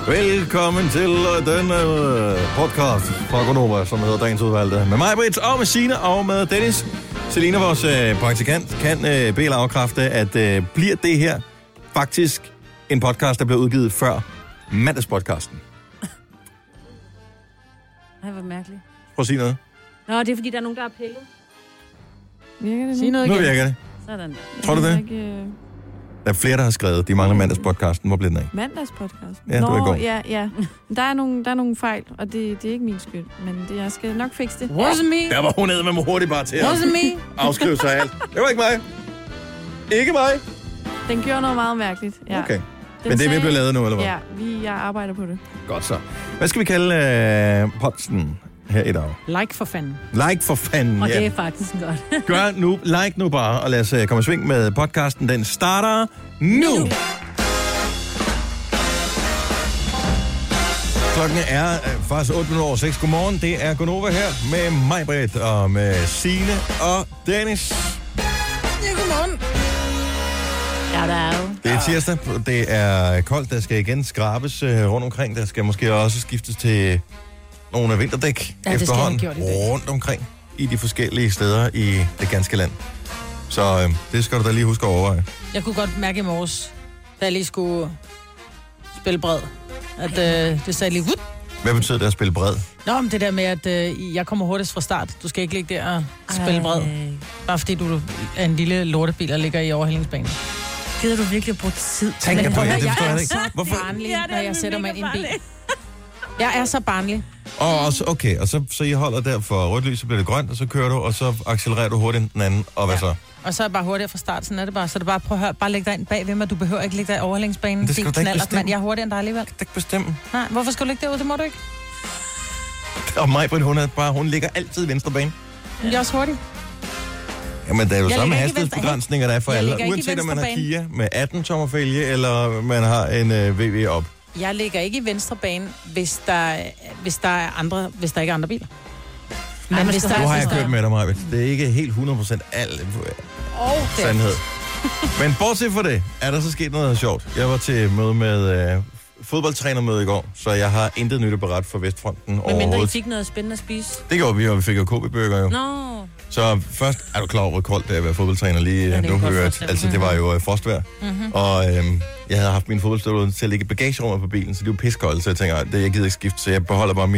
Velkommen til den podcast fra Gonova, som hedder Dagens Udvalgte. Med mig, Britt, og med Signe, og med Dennis. Selina, vores praktikant, kan bede eller afkræfte, at bliver det her faktisk en podcast, der bliver udgivet før mandagspodcasten. Ej, hvor mærkeligt. Prøv at sige noget. Nå, det er fordi, der er nogen, der er pillet. Virker det Sig noget Nu igen. virker det. Sådan. Tror du det? Der er flere, der har skrevet, de mangler mandagspodcasten. Hvor blev den af? Mandagspodcast. Ja, det var i går. Ja. Der er nogle fejl, og det er ikke min skyld, men jeg skal nok fikse det. Wasn't me. Der var hun nede med mig hurtigt bare til at Wasn't me. afskrive sig alt. Det var ikke mig. Ikke mig. Den gjorde noget meget mærkeligt. Ja. Okay. Men det er ved at blive lavet nu, eller hvad? Ja, jeg arbejder på det. Godt så. Hvad skal vi kalde podcasten her i dag? Like for fanden. Like for fanden, Og ja. det er faktisk godt. Gør nu, like nu bare, og lad os komme i sving med podcasten. Den starter nu. Klokken er faktisk 8:06. Godmorgen, det er Gonova her med mig, Britt, og med Signe og Dennis. Ja, godmorgen. Ja, der er jo. Det er tirsdag, det er koldt, der skal igen skrabes rundt omkring. Der skal måske også skiftes til nogle af vinterdæk Ja, det skal efterhånden have gjort i dag. rundt omkring i de forskellige steder i det ganske land. Så det skal du da lige huske at overveje. Jeg kunne godt mærke i morges, da jeg lige skulle spille bred, at det sagde lige... Whoop. Hvad betyder det at spille bred? Nå, men det der med, at jeg kommer hurtigst fra start. Du skal ikke ligge der og spille bred. Bare fordi du er en lille lortebil, der ligger i overhældingsbanen. Gider du virkelig at bruge tid? Tænker Men på det, prøv at det høre, forstår jeg jeg er ikke. så Hvorfor? barnlig, Ja, det er når jeg sætter mig mega ind i en bil. farligt. Jeg er så barnlig. Og så, okay, og så I holder der for rødt lys, så bliver det grønt, og så kører du, og så accelererer du hurtigt den anden, og hvad Ja. så? Og så er jeg bare hurtigere fra start, sådan er det bare. Så det er bare, prøv at høre, bare læg dig ind bagved mig. Du behøver ikke ligge der i overhældingsbanen. Det skal du da ikke bestemme. Mand. Jeg er hurtigere end dig alligevel. Det kan ikke bestemme. Nej, hvorfor skal du ligge derude? Det må du ikke. Og mig, Britt, hun ligger altid i venstre bane. Jeg er også hurtig. Jamen, der er jo Jeg samme ligger ikke i hastighedsbegrænsninger, der er for Jeg alle. ligger ikke i Uanset om man har venstre Kia med 18 tommer fælge, eller man har en VW op. Jeg ligger ikke i venstre bane, hvis der ikke er andre biler. Men hvis der Nu har jeg hvis der- kørt med dig, Maja. Det er ikke helt 100% al sandhed. Men bortset fra det, er der så sket noget sjovt. Jeg var til møde med fodboldtrænermøde i går, så jeg har intet nyt at berette for Vestfronten Men mindre I overhovedet. fik noget spændende at spise. Det gjorde vi, og vi fik jo KB-burger jo. Nå. Så først er du klar over, hvor koldt det er at være fodboldtræner lige Ja, det kan nu. jeg godt Hørt. forestille. Altså, det var jo frostvejr. Mhm. Og jeg havde haft min fodboldstøvler til at ligge i bagagerummet på bilen, så det var piskoldt, så jeg tænker, det jeg gider ikke skifte, så jeg beholder bare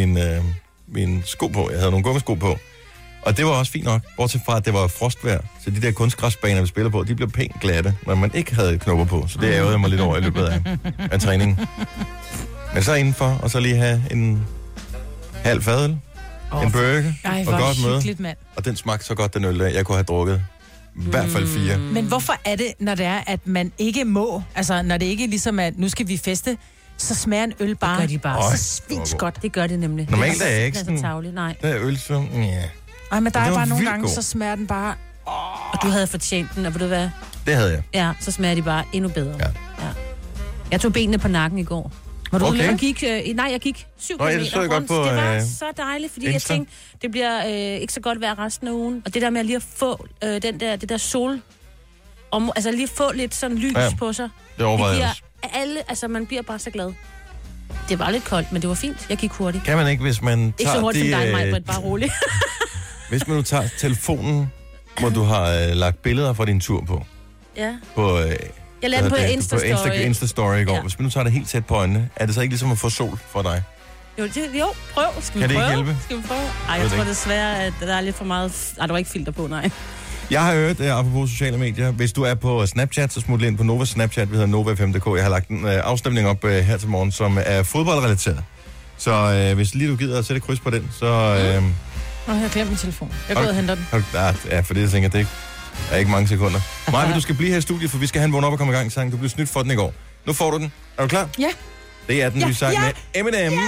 min sko på. Jeg havde nogle gummisko på. Og det var også fint nok, bortset fra, at det var frostvejr. Så de der kunstgræsbaner, vi spiller på, de blev pænt glatte, når man ikke havde knopper på. Så det ærgede jeg mig lidt over i løbet af træningen. Men så indenfor, og så lige have en halv fadøl, en burger Ej, og hvor godt møde. hyggeligt, mand. Og den smagte så godt, den øl, jeg kunne have drukket. I hvert fald 4. Men hvorfor er det, når det er, at man ikke må, altså når det ikke ligesom er, at nu skal vi feste, så smager en øl bare, Det gør de bare. så svins godt. Det gør det nemlig. Normalt er jeg ikke Det er sådan- så tarveligt, nej. Det er øl, så ja. Ej, men der Det er var bare nogle vildt gange, god. så smager den bare... Og du havde fortjent den, og ved du hvad? Det havde jeg. Ja, så smager de bare endnu bedre. Ja. Jeg tog benene på nakken i går. Var du Okay. ude Jeg gik, jeg gik 7 Nå, ja, det kilometer så jeg godt rundt. på, Det var så dejligt, fordi jeg Insta. tænkte, det bliver ikke så godt vejr resten af ugen. Og det der med at lige at få det der sol, altså lige at få lidt sådan lys Ja. på sig. Det overvejede jeg bliver også. man bliver bare så glad. Det var lidt koldt, men det var fint. Jeg gik hurtigt. Kan man ikke, hvis man Ikke tager så hurtigt som dig, de, Maj-Britt, bare roligt. hvis man nu tager telefonen, hvor du har lagt billeder fra din tur på Ja. på, Jeg lavede den på Insta-story. Insta-story i går. Ja. Hvis man nu tager det helt tæt på øjnene, er det så ikke ligesom at få sol for dig? Jo, prøv. Skal vi Kan det ikke prøve? hjælpe? Skal vi prøve? Ej, Jeg jeg ved tror det desværre, at der er lidt for meget... Ej, der var ikke filter på, nej. Jeg har hørt, apropos sociale medier, hvis du er på Snapchat, så smut ind på Novas Snapchat, vi hedder Nova5.dk. Jeg har lagt en afstemning op her til morgen, som er fodboldrelateret. Så hvis lige du gider at sætte kryds på den, så... Nå, jeg har glemt min telefon. Jeg går ud og henter den. Ja, for det jeg tænker, det er ikke mange sekunder. Maja, du skal blive her i studiet, for vi skal have en vågn op og komme i gang sang. Du blev snydt for den i går. Nu får du den. Er du klar? Ja. Det er den nye sang med Eminem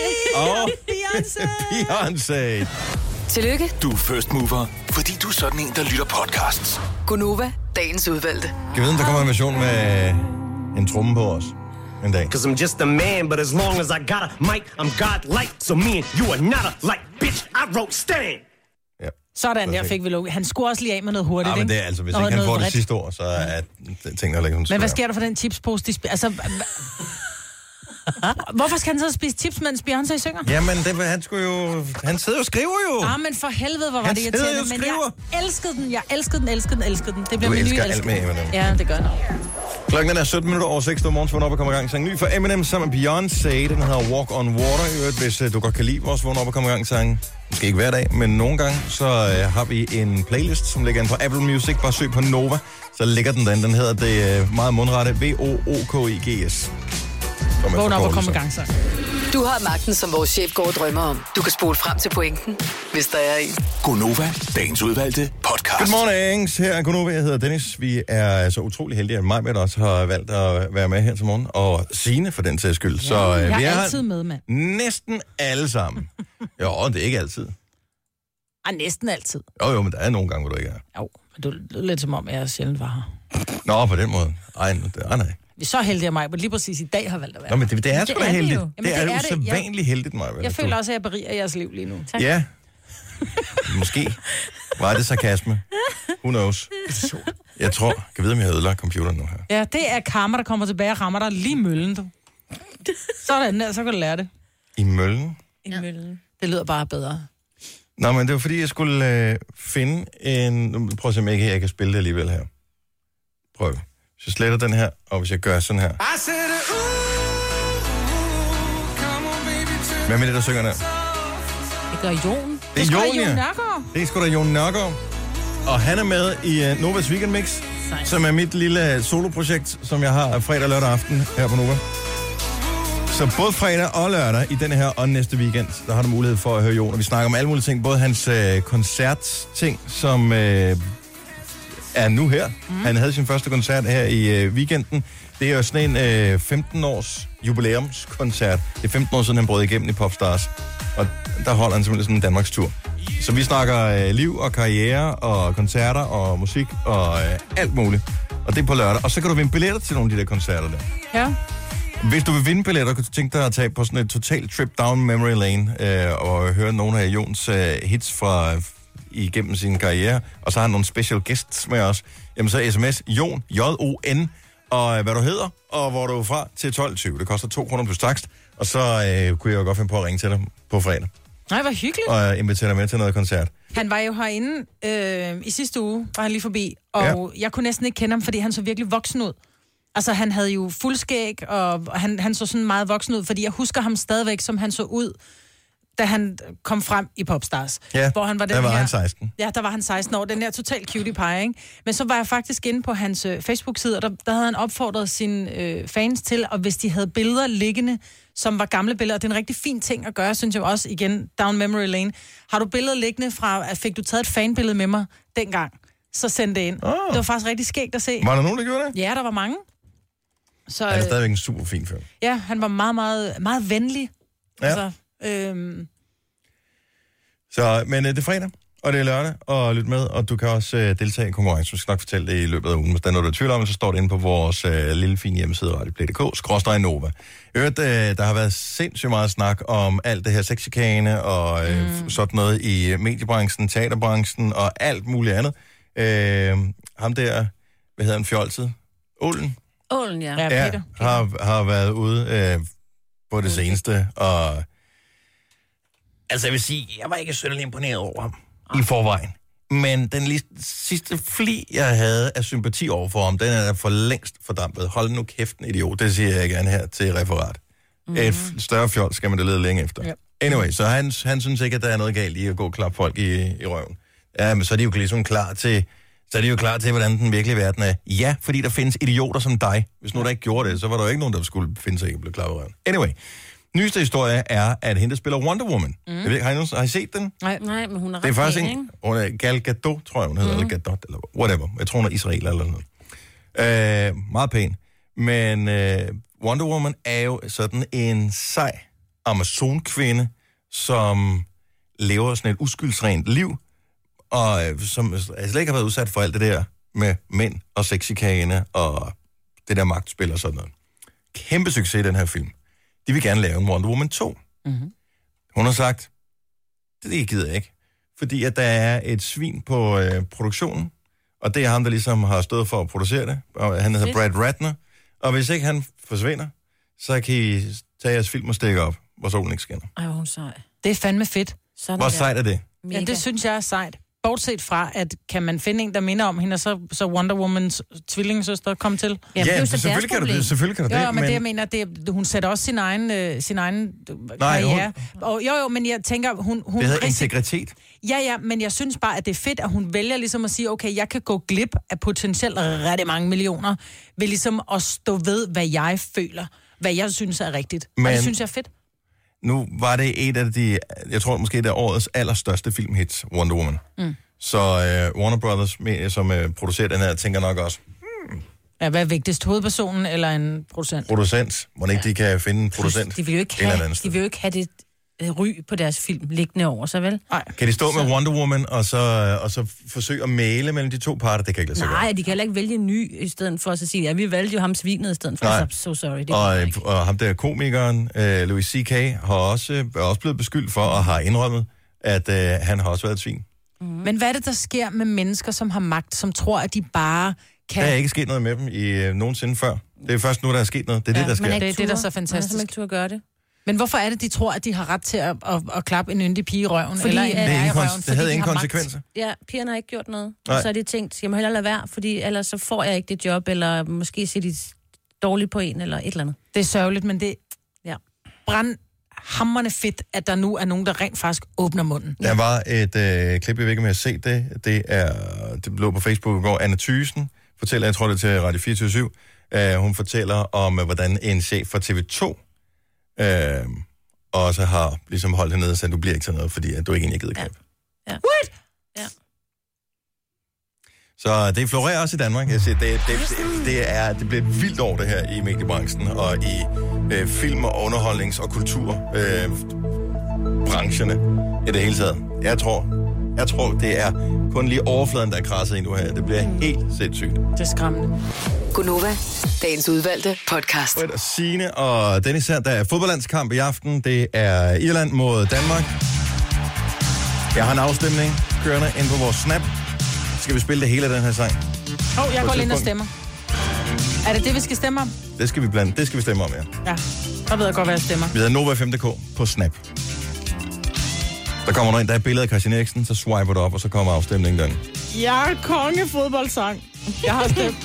og Beyoncé! Beyoncé. Tillykke, Du er first mover, fordi du er sådan en, der lytter podcasts. Gunova, dagens udvalgte. Jeg ved, om der kommer en version med en tromme på os en dag. Cause I'm just a man, but as long as I got a mic, I'm God-like. So me and you are not alike, bitch. I wrote stand. Ja. Sådan, der fik vi lukket. Han skulle også lige af med noget hurtigt, Ja, men det er altså, hvis ikke han får det sidste ord, så er ting, der ligger Men hvad sker der for den chipspose, de altså... Hvorfor skal han så spise chips, mens Beyoncé synger? Jamen, han sidder jo og skriver jo. Ah, men for helvede, hvor var det sidder jo irriterende. og Men skriver. jeg elskede den. Det bliver Du min nye elsker alt elskede. med Eminem. Ja, det gør den. Klokken er 17 minutter over 6. Morgen, vågn op og kommer i gang. Sang ny for Eminem sammen med Beyoncé. Den hedder Walk on Water. I øvrigt, hvis du godt kan lide vores vågn op og komme i gang sang. Måske ikke hver dag, men nogle gange, så har vi en playlist, som ligger inde på Apple Music. Bare søg på Nova, så ligger den derinde. Den hedder det meget mundrette VOOKIGS. Vågn op og komme i gang sang. Du har magten, som vores chef går og drømmer om. Du kan spole frem til pointen, hvis der er en. Gonova, dagens udvalgte podcast. Good morning. Her er Gonova. Jeg hedder Dennis. Vi er så utrolig heldige, at Majbert også har valgt at være med her til morgen. Og Signe for den sags skyld. Så Jeg vi er er altid med, mand. næsten alle sammen. Jo, det er ikke altid. Næsten altid. Jo, men der er nogle gange, hvor du ikke er. Jo, men det er lidt som om, jeg sjældent var her. Nå, på den måde. Nej. Vi er så heldige af mig, men lige præcis i dag har valgt at være. Nå, men det er sgu da er det heldigt. jo. Jamen, Det er det jo er det. usædvanligt heldigt, Maja. Jeg føler også, at jeg beriger jeres liv lige nu. Tak. Ja. Måske. Var det sarkasme? Who knows? Jeg tror, kan vide, om jeg har ødelagt computeren nu her. Ja, det er karma, der kommer tilbage og rammer dig lige i møllen, du. Sådan der, så kan du lære det. I møllen? I møllen. Det lyder bare bedre. Nå, men det var fordi, jeg skulle finde en... Nu prøv at se, om jeg kan spille det alligevel her. Prøv. Hvis jeg sletter den her, og hvis jeg gør sådan her. Hvem er det, der synger der? Det gør Jon. Det er Jon Jon, ja. Nørgaard. Det er sgu da Jon Nørgaard. Og han er med i Novas Weekend Mix, som er mit lille soloprojekt, som jeg har fredag og lørdag aften her på Nova. Så både fredag og lørdag i denne her og næste weekend, der har du mulighed for at høre Jon. Og vi snakker om alle mulige ting. Både hans koncertting, som er nu her. Han havde sin første koncert her i weekenden. Det er jo sådan en 15-års jubilæumskoncert. Det er 15 år siden, han brød igennem i Popstars. Og der holder han simpelthen sådan en Danmarks tur. Så vi snakker liv og karriere og koncerter og musik og alt muligt. Og det er på lørdag. Og så kan du vinde billetter til nogle af de der koncerter der. Ja. Hvis du vil vinde billetter, kan du tænke dig at tage på sådan et total trip down memory lane og høre nogle af Jons hits fra igennem sin karriere. Og så har han nogle special guests med os. Jamen så sms Jon, J-O-N, og hvad du hedder, og hvor du er fra til 12.20. Det koster 2 kroner plus takst. Og så kunne jeg jo godt finde på at ringe til dig på fredag. Nej, hvor hyggeligt. Og invitere dig med til noget koncert. Han var jo herinde i sidste uge, var han lige forbi, og jeg kunne næsten ikke kende ham, fordi han så virkelig voksen ud. Altså, han havde jo fuldskæg, og han så sådan meget voksen ud, fordi jeg husker ham stadigvæk, som han så ud, da han kom frem i Popstars. Ja, hvor han var der var han 16. Ja, der var han 16 år. Den der total cutie pie, ikke? Men så var jeg faktisk inde på hans Facebook-side, og der havde han opfordret sine fans til, og hvis de havde billeder liggende, som var gamle billeder, det er en rigtig fin ting at gøre, synes jeg også, igen, down memory lane. Har du billeder liggende fra, fik du taget et fanbillede med mig dengang, så send det ind. Det var faktisk rigtig skægt at se. Var der nogen, der gjorde det? Ja, der var mange. Så, Han er stadigvæk en super fin film. ja, han var meget, meget, meget venlig. Ja. Altså, Så, men det er fredag, og det er lørdag, og lyt med, og du kan også deltage i konkurrencen. Vi skal nok fortælle det i løbet af ugen. Hvis der er noget, du er i tvivl om, så står det inde på vores lille fine hjemmeside, radio.dk/Nova. Der har været sindssygt meget snak om alt det her sexchikane og sådan noget i mediebranchen, teaterbranchen og alt muligt andet. Ham der, hvad hedder han, fjolset? Ålen, ja. ja, Peter. har været ude på det seneste, og altså jeg vil sige, jeg var ikke synderligt imponeret over ham i forvejen. Men den sidste fli, jeg havde af sympati over for ham, den er for længst fordampet. Hold nu kæft, en idiot. Det siger jeg gerne her til referat. Et større fjol skal man da lede længe efter. Ja. Anyway, så han synes ikke, at der er noget galt i at gå og klappe folk i røven. Ja, men så er de jo ligesom klar til... hvordan den virkelige verden er. Ja, fordi der findes idioter som dig. Hvis nu der ikke gjorde det, så var der jo ikke nogen, der skulle finde sig ikke at blive klappet i røven. Anyway, nyeste historie er, at hende, der spiller Wonder Woman. Jeg ved, har I set den? Nej, men hun er ret Det er faktisk pæn, ikke. Hun er Gal Gadot, tror jeg, hun hedder. Eller Gadot, eller whatever. Jeg tror, hun er Israel eller noget. Meget pæn. Men Wonder Woman er jo sådan en sej Amazon-kvinde, som lever sådan et uskyldsrent liv, og som slet ikke har været udsat for alt det der med mænd og sexchikane og det der magtspil og sådan noget. Kæmpe succes i den her film. De vil gerne lave en Wonder Woman 2. Mm-hmm. Hun har sagt, det gider jeg ikke, fordi at der er et svin på produktionen, og det er ham, der ligesom har stået for at producere det, og han hedder Brad Ratner, og hvis ikke han forsvinder, så kan I tage jeres film og stikke op, hvor solen ikke skinner. Ej, hvor hun sej. Det er fandme fedt. Sådan Hvor der. sejt er det? Mega. Ja, det synes jeg er sejt. Bortset fra, at kan man finde en, der minder om hende, og så Wonder Womans tvillingesøster kom til? Jamen, det er jo så deres selvfølgelig kan du problem. det. Selvfølgelig kan du Jo, det, men det jeg mener, hun sætter også sin egen karriere. Og jo, men jeg tænker, hun det hedder integritet. Ja, men jeg synes bare, at det er fedt, at hun vælger ligesom at sige, okay, jeg kan gå glip af potentielt rigtig mange millioner, ved ligesom at stå ved, hvad jeg føler, hvad jeg synes er rigtigt. Men og det synes jeg er fedt. Nu var det et af de, jeg tror måske det er årets allerstørste filmhits, Wonder Woman. Så Warner Brothers, som producerer den her, tænker nok også, Ja, hvad er vigtigst? Hovedpersonen eller en producent? Producent. Må ikke de kan finde en producent? De vil jo ikke have det ry på deres film liggende over sig, vel? Nej. Kan de stå med Wonder Woman og så forsøge at mæle mellem de to parter? Det kan ikke lade sig gøre. Nej, de kan heller ikke vælge en ny i stedet for at sige, ja, vi valgte jo ham svinet i stedet for. Nej. So sorry. Det Og ham der komikeren, Louis C.K., er også blevet beskyldt for at have indrømmet, at han har også været et svin. Men hvad er det, der sker med mennesker, som har magt, som tror, at de bare kan... Der er ikke sket noget med dem i nogensinde før. Det er først nu, der er sket noget. Det er det, der sker. det er det, der er så fantastisk. Man ikke turde gøre det. Men hvorfor er det, de tror, at de har ret til at klappe en yndig pige i røven? Fordi, eller en det i røven, det havde ingen konsekvenser. Ja, pigerne har ikke gjort noget. Nej. Og så har de tænkt, jeg må hellere lade være, fordi ellers så får jeg ikke det job, eller måske siger de dårligt på en, eller et eller andet. Det er sørgeligt, men det er brandhamrende fedt, at der nu er nogen, der rent faktisk åbner munden. Der var et klip, jeg ved ikke, om jeg har set det. Det lå på Facebook i går. Anna Thyssen fortæller, jeg tror det er til Radio 24/7, hun fortæller om, hvordan en chef fra TV2 også har ligesom holdt hernede og sagt, du bliver ikke til noget, fordi at du ikke egentlig gider knæppe. Ja. What? Ja. Så det florerer også i Danmark. Jeg siger, det bliver et vildt år, det her i mediebranchen og i film- og underholdnings- og kulturbrancherne i det hele taget. Jeg tror, det er kun lige overfladen, der er krasset endnu her. Det bliver helt sindssygt. Det er skræmmende. Gunova, dagens udvalgte podcast. Og Signe og Dennis her, der er fodboldlandskamp i aften. Det er Irland mod Danmark. Jeg har en afstemning kørende ind på vores Snap. Skal vi spille det hele af den her sang? Jeg går ind og stemmer. Er det det, vi skal stemme om? Det skal vi stemme om, ja. Ja, så ved jeg godt, hvad jeg stemmer. Vi hedder Nova5.dk på Snap. Der kommer der ind, der er et billede af Christian Eriksen, så swiper du op, og så kommer afstemningen den. Jeg er kongefodboldsang. Jeg har stemt.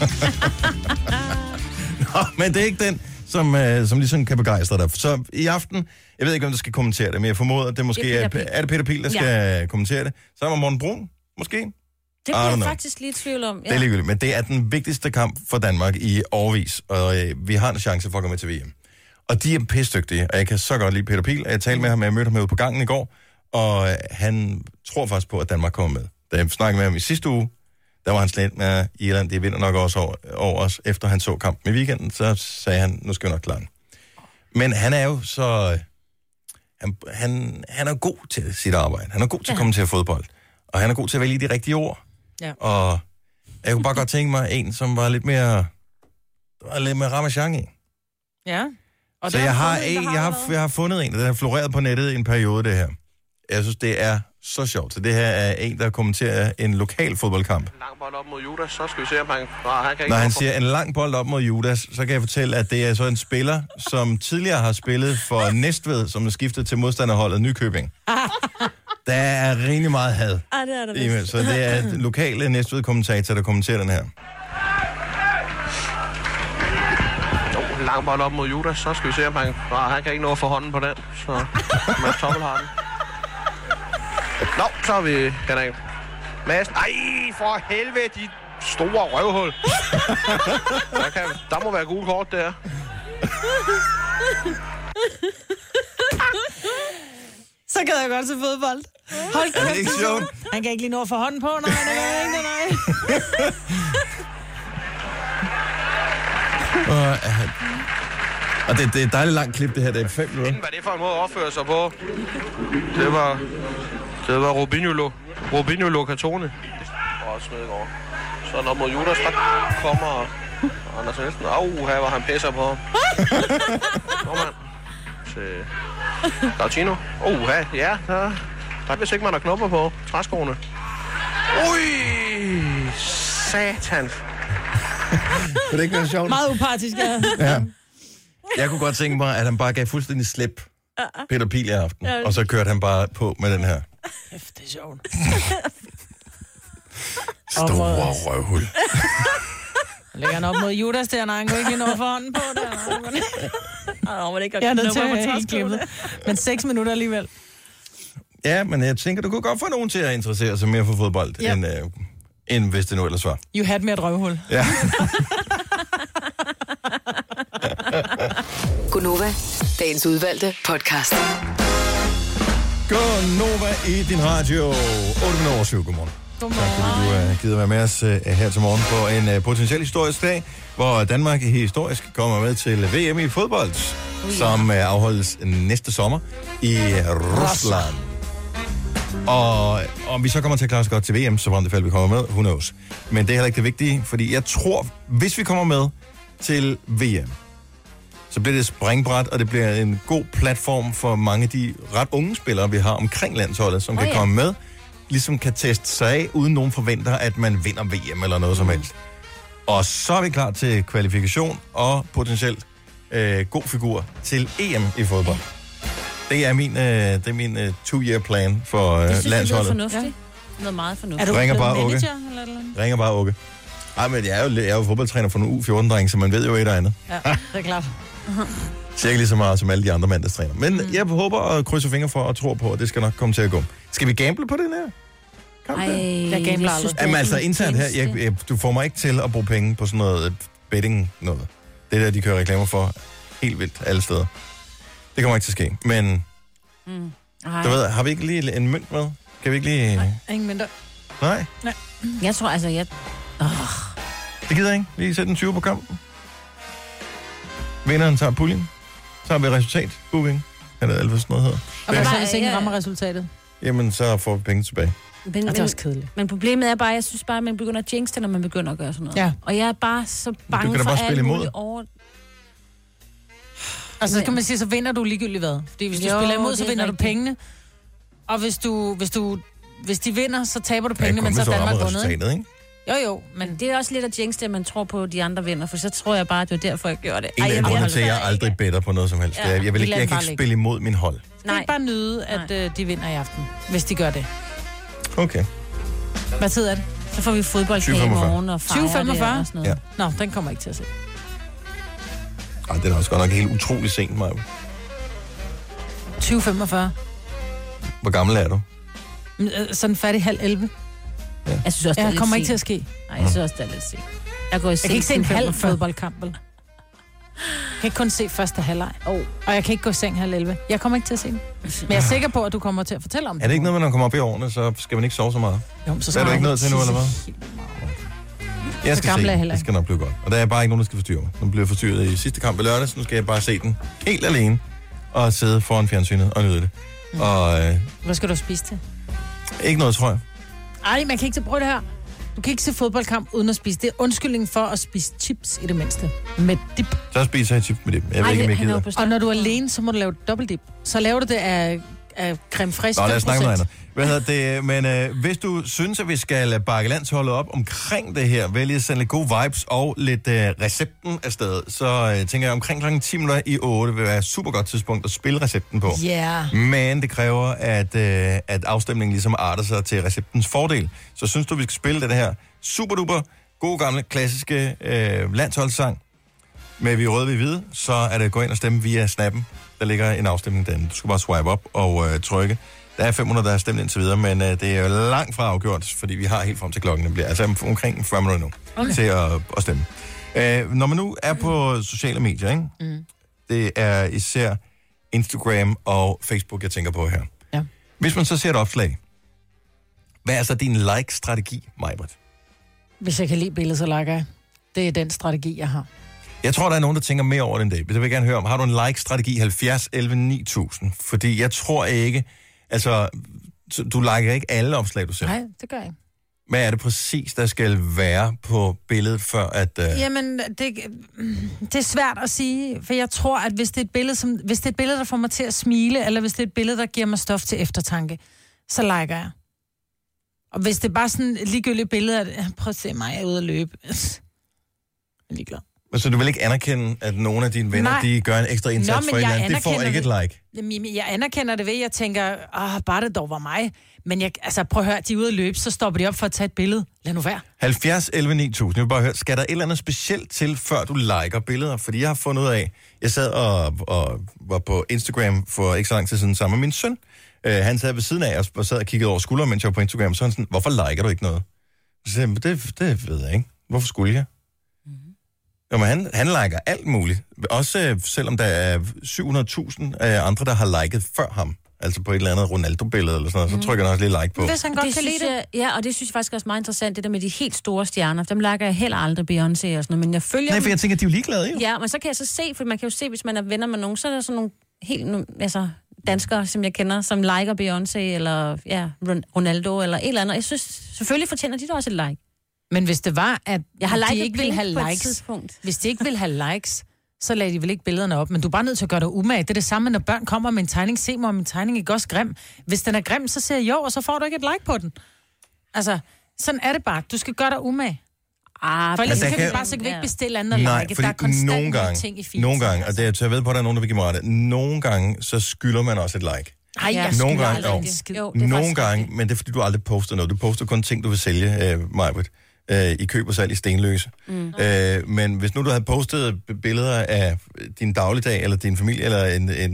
Nå, men det er ikke den, som ligesom kan begejstre dig. Så i aften, jeg ved ikke, om du skal kommentere det, men jeg formoder, at det måske er det Peter Pihl, der skal kommentere det. Så er der Morten Brun, måske? Det bliver jeg faktisk lige i tvivl om. Ja. Det er ligegyldigt, men det er den vigtigste kamp for Danmark i årevis, og vi har en chance for at komme med til VM. Og de er pissdygtige, og jeg kan så godt lide Peter Pihl. Jeg talte med ham, jeg mødte ham ude på gangen i går, og han tror faktisk på, at Danmark kommer med. Da jeg snakkede med ham i sidste uge, der var han slet med Irland, de vinder nok også over os. Efter han så kampen i weekenden, så sagde han, nu skal vi nok klare den. Men han er jo så... Han er god til sit arbejde. Han er god til at kommentere fodbold. Og han er god til at vælge de rigtige ord. Ja. Og jeg kunne bare godt tænke mig en, som var lidt mere ramachan i. Ja. Og så jeg har fundet en, der har floreret på nettet i en periode, det her. Jeg synes, det er så sjovt. Så det her er en, der kommenterer en lokal fodboldkamp. En lang bold op mod Judas, så skal vi se, om han kan ikke... Når han siger en lang bold op mod Judas, så kan jeg fortælle, at det er så en spiller, som tidligere har spillet for Næstved, som er skiftet til modstanderholdet Nykøbing. Der er rigtig meget had. Det er der vist. Så det er et lokale Næstved-kommentator, der kommenterer den her. En lang bold op mod Judas, så skal vi se, om han kan ikke nå at få hånden på den. Så Mads Tommel har den. Nå, så er vi Henrik Madsen. Ej, for helvede, de store røvhul. Der må være gule kort, der. Så kan jeg godt se fodbold. Hold er det ikke sjovt? Han kan ikke lige nå at få hånden på. Nej. Og det er et dejligt langt klip, det her. Det er 5 minutter. Hvad er det for en måde at opføre sig på? Det var Robinho Locatone. Og Smedegaard. Så er den op mod Judas, der kommer Anders Nielsen. Her var han pisser på. Nå, mand. Til Gautino. Ja, der vil ikke man har knopper på træskoene. Ui, satans. Kunne det ikke være sjovt? Meget upartisk, ja. Jeg kunne godt tænke mig, at han bare gav fuldstændig slip Peter Piel i aften, og så kørte han bare på med den her. Kæft, det er sjovt. Store røvhul. Lægger han op mod Judas der, når han kunne ikke lige nå for hånden på det. Jeg er nødt til at helt glemme det. Men 6 minutter alligevel. Ja, men jeg tænker, du kunne godt få nogen til at interessere sig mere for fodbold, end hvis det nu ellers var. You had me et røvhul. Ja. Gunova, dagens udvalgte podcast. Gunova i din radio. 8:07. Godmorgen. Tak fordi du har givet være med os her til morgen på en potentiel historisk dag, hvor Danmark historisk kommer med til VM i fodbold, som afholdes næste sommer i Rusland. Og om vi så kommer til at klare os godt til VM, så var det fald, vi kommer med, who knows. Men det er heller ikke det vigtige, fordi jeg tror, hvis vi kommer med til VM, så bliver det et springbræt, og det bliver en god platform for mange af de ret unge spillere, vi har omkring landsholdet, som kan komme med, ligesom kan teste sig af, uden nogen forventer, at man vinder VM eller noget som helst. Og så er vi klar til kvalifikation og potentielt god figur til EM i fodbold. Det er min 2-year plan for landsholdet. Det synes jeg er fornuftigt. Noget meget fornuftigt. Er du Ringer bare manager, Åke. eller? Ringer bare Åke. Ej, men jeg er jo fodboldtræner for nogle U14-drenge, så man ved jo et og andet. Ja, det er klart. Cirka lige så meget som alle de andre mandagstræner. Men jeg håber og krydser fingre for og tror på, at det skal nok komme til at gå. Skal vi gamble på den her? Jeg gambler aldrig. Jamen altså internt her, du får mig ikke til at bruge penge på sådan noget betting noget. Det der, de kører reklamer for helt vildt alle steder. Det kommer ikke til at ske. Men du ved, har vi ikke lige en mønt med? Kan vi ikke lige... Nej, ingen mønter. Nej? Jeg tror altså, Det gider jeg ikke. Vi sætter en 20 på kampen. Vinderen tager puljen. Så har vi resultat. Booking. Eller hvad sådan noget hedder. Og hvad så, hvis ingen rammer resultatet? Jamen, så får vi penge tilbage. Men, det er også kedeligt. Men problemet er bare, jeg synes bare, at man begynder at jinx det, når man begynder at gøre sådan noget. Ja. Og jeg er bare så bange du kan da bare for spille alt imod. muligt over... Altså, så kan man sige, så vinder du ligegyldigt hvad. Fordi hvis du spiller imod, så vinder du pengene. Og hvis de vinder, så taber du pengene, men så er Danmark vundet. Ikke? Jo, men det er også lidt at jinx det, at man tror på, at de andre vinder, for så tror jeg bare, at det er derfor, jeg gjorde det. En af grundene til, at jeg aldrig better på noget som helst. Ja, jeg kan ikke spille imod min hold. Nej. Ikke bare nyde, at de vinder i aften, hvis de gør det. Okay. Hvad tid er det? Så får vi fodboldkage i morgen og fejre 20:45? det og sådan noget. Ja. Nå, den kommer ikke til at se. Ej, det er også godt nok helt utroligt sent, Maja. 20:45. Hvor gammel er du? Sådan færdig 10:30. Ja. Jeg synes også, det er kommer lidt ikke til at ske. Nej, jeg synes også, det er lidt sent. Jeg kan ikke se en halv fodboldkamp, vel? Jeg kan ikke kun se første halvleg. Og jeg kan ikke gå i seng 10:30. Jeg kommer ikke til at se den. Men jeg er sikker på, at du kommer til at fortælle om det. Er det ikke noget, når man kommer op i årene, så skal man ikke sove så meget? Jo, så er du ikke noget til nu, eller hvad? Jeg skal se den. Det skal nok blive godt. Og der er bare ikke nogen, der skal forstyrre mig. Nu blev jeg forstyrret i sidste kamp i lørdag, så nu skal jeg bare se den helt alene. Og sidde foran fjernsynet og nyde det. Og, hvad skal du spise til? Ikke noget, tror jeg. Ej, man kan ikke prøve det her. Du kan ikke se fodboldkamp uden at spise. Det er undskyldning for at spise chips i det mindste. Med dip. Så spiser jeg chips med dip. Jeg ved ikke, om jeg gider. Og når du er alene, så må du lave dobbeltdip. Så laver du det af creme fraiche. Nå, lad os snakke om noget andet. Men hvis du synes, at vi skal bakke landsholdet op omkring det her, vælge sådan lidt gode vibes og lidt recepten afsted, så tænker jeg omkring kl. 7:50 vil være et super godt tidspunkt at spille recepten på. Yeah. Men det kræver, at afstemningen ligesom arter sig til receptens fordel. Så synes du, vi skal spille den her super duper gode gamle klassiske landsholdssang med Vi Røde, Vi Hvide, så er det at gå ind og stemme via snappen. Der ligger en afstemning derinde. Du skal bare swipe op og trykke. Der er 500, der har stemt indtil videre, men det er jo langt fra afgjort, fordi vi har helt frem til klokken. Det bliver altså omkring 40 minutter nu til at stemme. Når man nu er på sociale medier, ikke? Det er især Instagram og Facebook, jeg tænker på her. Ja. Hvis man så ser et opslag, hvad er så din like-strategi, Majbert? Hvis jeg kan lide billedet, så liker jeg. Det er den strategi, jeg har. Jeg tror, der er nogen, der tænker mere over den dag. Det vil jeg gerne høre om. Har du en like-strategi 70 11 9000? Fordi jeg tror ikke... Altså, du liker ikke alle opslag, du ser. Nej, det gør jeg ikke. Hvad er det præcis, der skal være på billedet, før at... Jamen, det er svært at sige, for jeg tror, at hvis det er et billede, der får mig til at smile, eller hvis det er et billede, der giver mig stof til eftertanke, så liker jeg. Og hvis det er bare sådan et ligegyldigt billede, at prøv at se mig, jeg er ude at løbe. Jeg er ligeglad. Så du vil ikke anerkende, at nogle af dine venner, de gør en ekstra indsats for et eller andet? Det får ikke et like. Jamen, jeg anerkender det ved, jeg tænker, bare det dog var mig. Men prøv at høre, de er ude at løbe, så stopper de op for at tage et billede. Lad nu være. 70 11 9000. Jeg vil bare høre, skal der et eller andet specielt til, før du liker billeder? Fordi jeg har fundet ud af, jeg sad og var på Instagram for ikke så lang tid siden sammen med min søn. Han sad ved siden af og sad og kiggede over skulderen, mens jeg var på Instagram. Så han sådan, hvorfor liker du ikke noget? Så sagde jeg, det ved jeg ikke. Hvorfor skulle jeg? Jamen, han liker alt muligt. Også selvom der er 700.000 andre, der har liket før ham. Altså på et eller andet Ronaldo-billede eller sådan noget, så trykker han også lige like på. Hvis han godt kan lide det. Ja, og det synes jeg faktisk også er meget interessant, det der med de helt store stjerner. Dem liker jeg heller aldrig Beyoncé og sådan noget, men jeg følger Nej, for jeg tænker, de er jo ligeglade, jo. Ja, men så kan jeg så se, for man kan jo se, hvis man er venner med nogen, så er der sådan nogle helt, danskere, som jeg kender, som liker Beyoncé eller Ronaldo eller et eller andet. Jeg synes, selvfølgelig fortjener de da også et like. Men hvis det var, at jeg har de ikke ville have likes, hvis de ikke ville have likes, så lagde de vel ikke billederne op. Men du er bare nødt til at gøre dig umage. Det er det samme, når børn kommer med en tegning. Se mig, om min tegning er også grim. Hvis den er grim, så siger jeg jo, og så får du ikke et like på den. Altså, sådan er det bare. Du skal gøre dig umage. For ellers kan vi bare så ikke bestille andet like. Nej, fordi der er konstant nogle gange, ting i feed. nogle gange, og det, så jeg ved på, at der er nogen, der vil give mig ret. Nogle gange, så skylder man også et like. Ej, jeg nogle gange, aldrig en skid. Nogle gange, men det er, fordi du aldrig poster noget. Du poster kun ting, du vil sælge, Majbrit. I køb og salg i Stenløse. Men hvis nu du havde postet billeder af din dagligdag, eller din familie, eller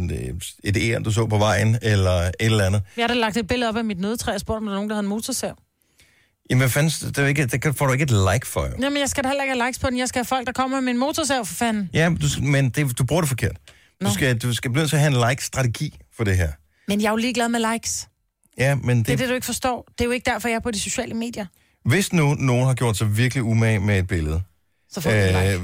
et æren, du så på vejen, eller et eller andet. Jeg har da lagt et billede op af mit nødtræ, og spurgte, om der er nogen, der havde en motorsav. Jamen, hvad fanden, det får du ikke et like for, jo. Jamen, jeg skal da heller ikke have likes på den. Jeg skal have folk, der kommer med en motorsav, for fanden. Ja, men du bruger det forkert. Du skal blive nødt til at have en like-strategi for det her. Men jeg er jo ligeglad med likes. Ja, men det er det, du ikke forstår. Det er jo ikke derfor, jeg er på de sociale medier. Hvis nu nogen har gjort sig virkelig umage med et billede, så får like.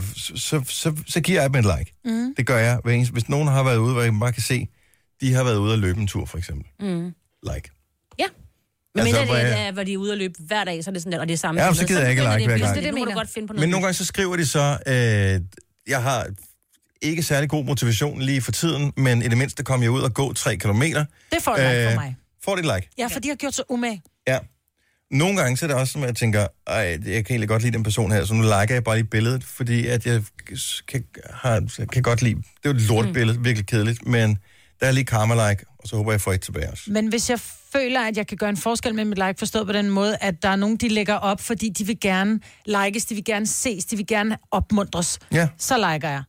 Så giver jeg dem et like. Det gør jeg. Hvis nogen har været ude, hvor jeg bare kan se, de har været ude at løbe en tur, for eksempel. Like. Ja. Men hvor de er ude at løbe hver dag, så er det sådan der, og det er samme. Ja, så gider jeg ikke like hver gang. Det må du godt finde på noget. Men nogle gange så skriver de så, jeg har ikke særlig god motivation lige for tiden, men i det mindste kom jeg ud og gå 3 kilometer. Det får et like for mig. Får det et like? Ja, for de har gjort så umage. Ja. Nogle gange så er det også, som jeg tænker, jeg kan egentlig godt lide den person her, så nu liker jeg bare lige billedet, fordi at jeg kan godt lide, det er jo et lortbillede, virkelig kedeligt, men der er lige karma-like, og så håber jeg får et tilbage også. Men hvis jeg føler, at jeg kan gøre en forskel med mit like, forstået på den måde, at der er nogen, de lægger op, fordi de vil gerne likes, de vil gerne ses, de vil gerne opmuntres, så liker jeg.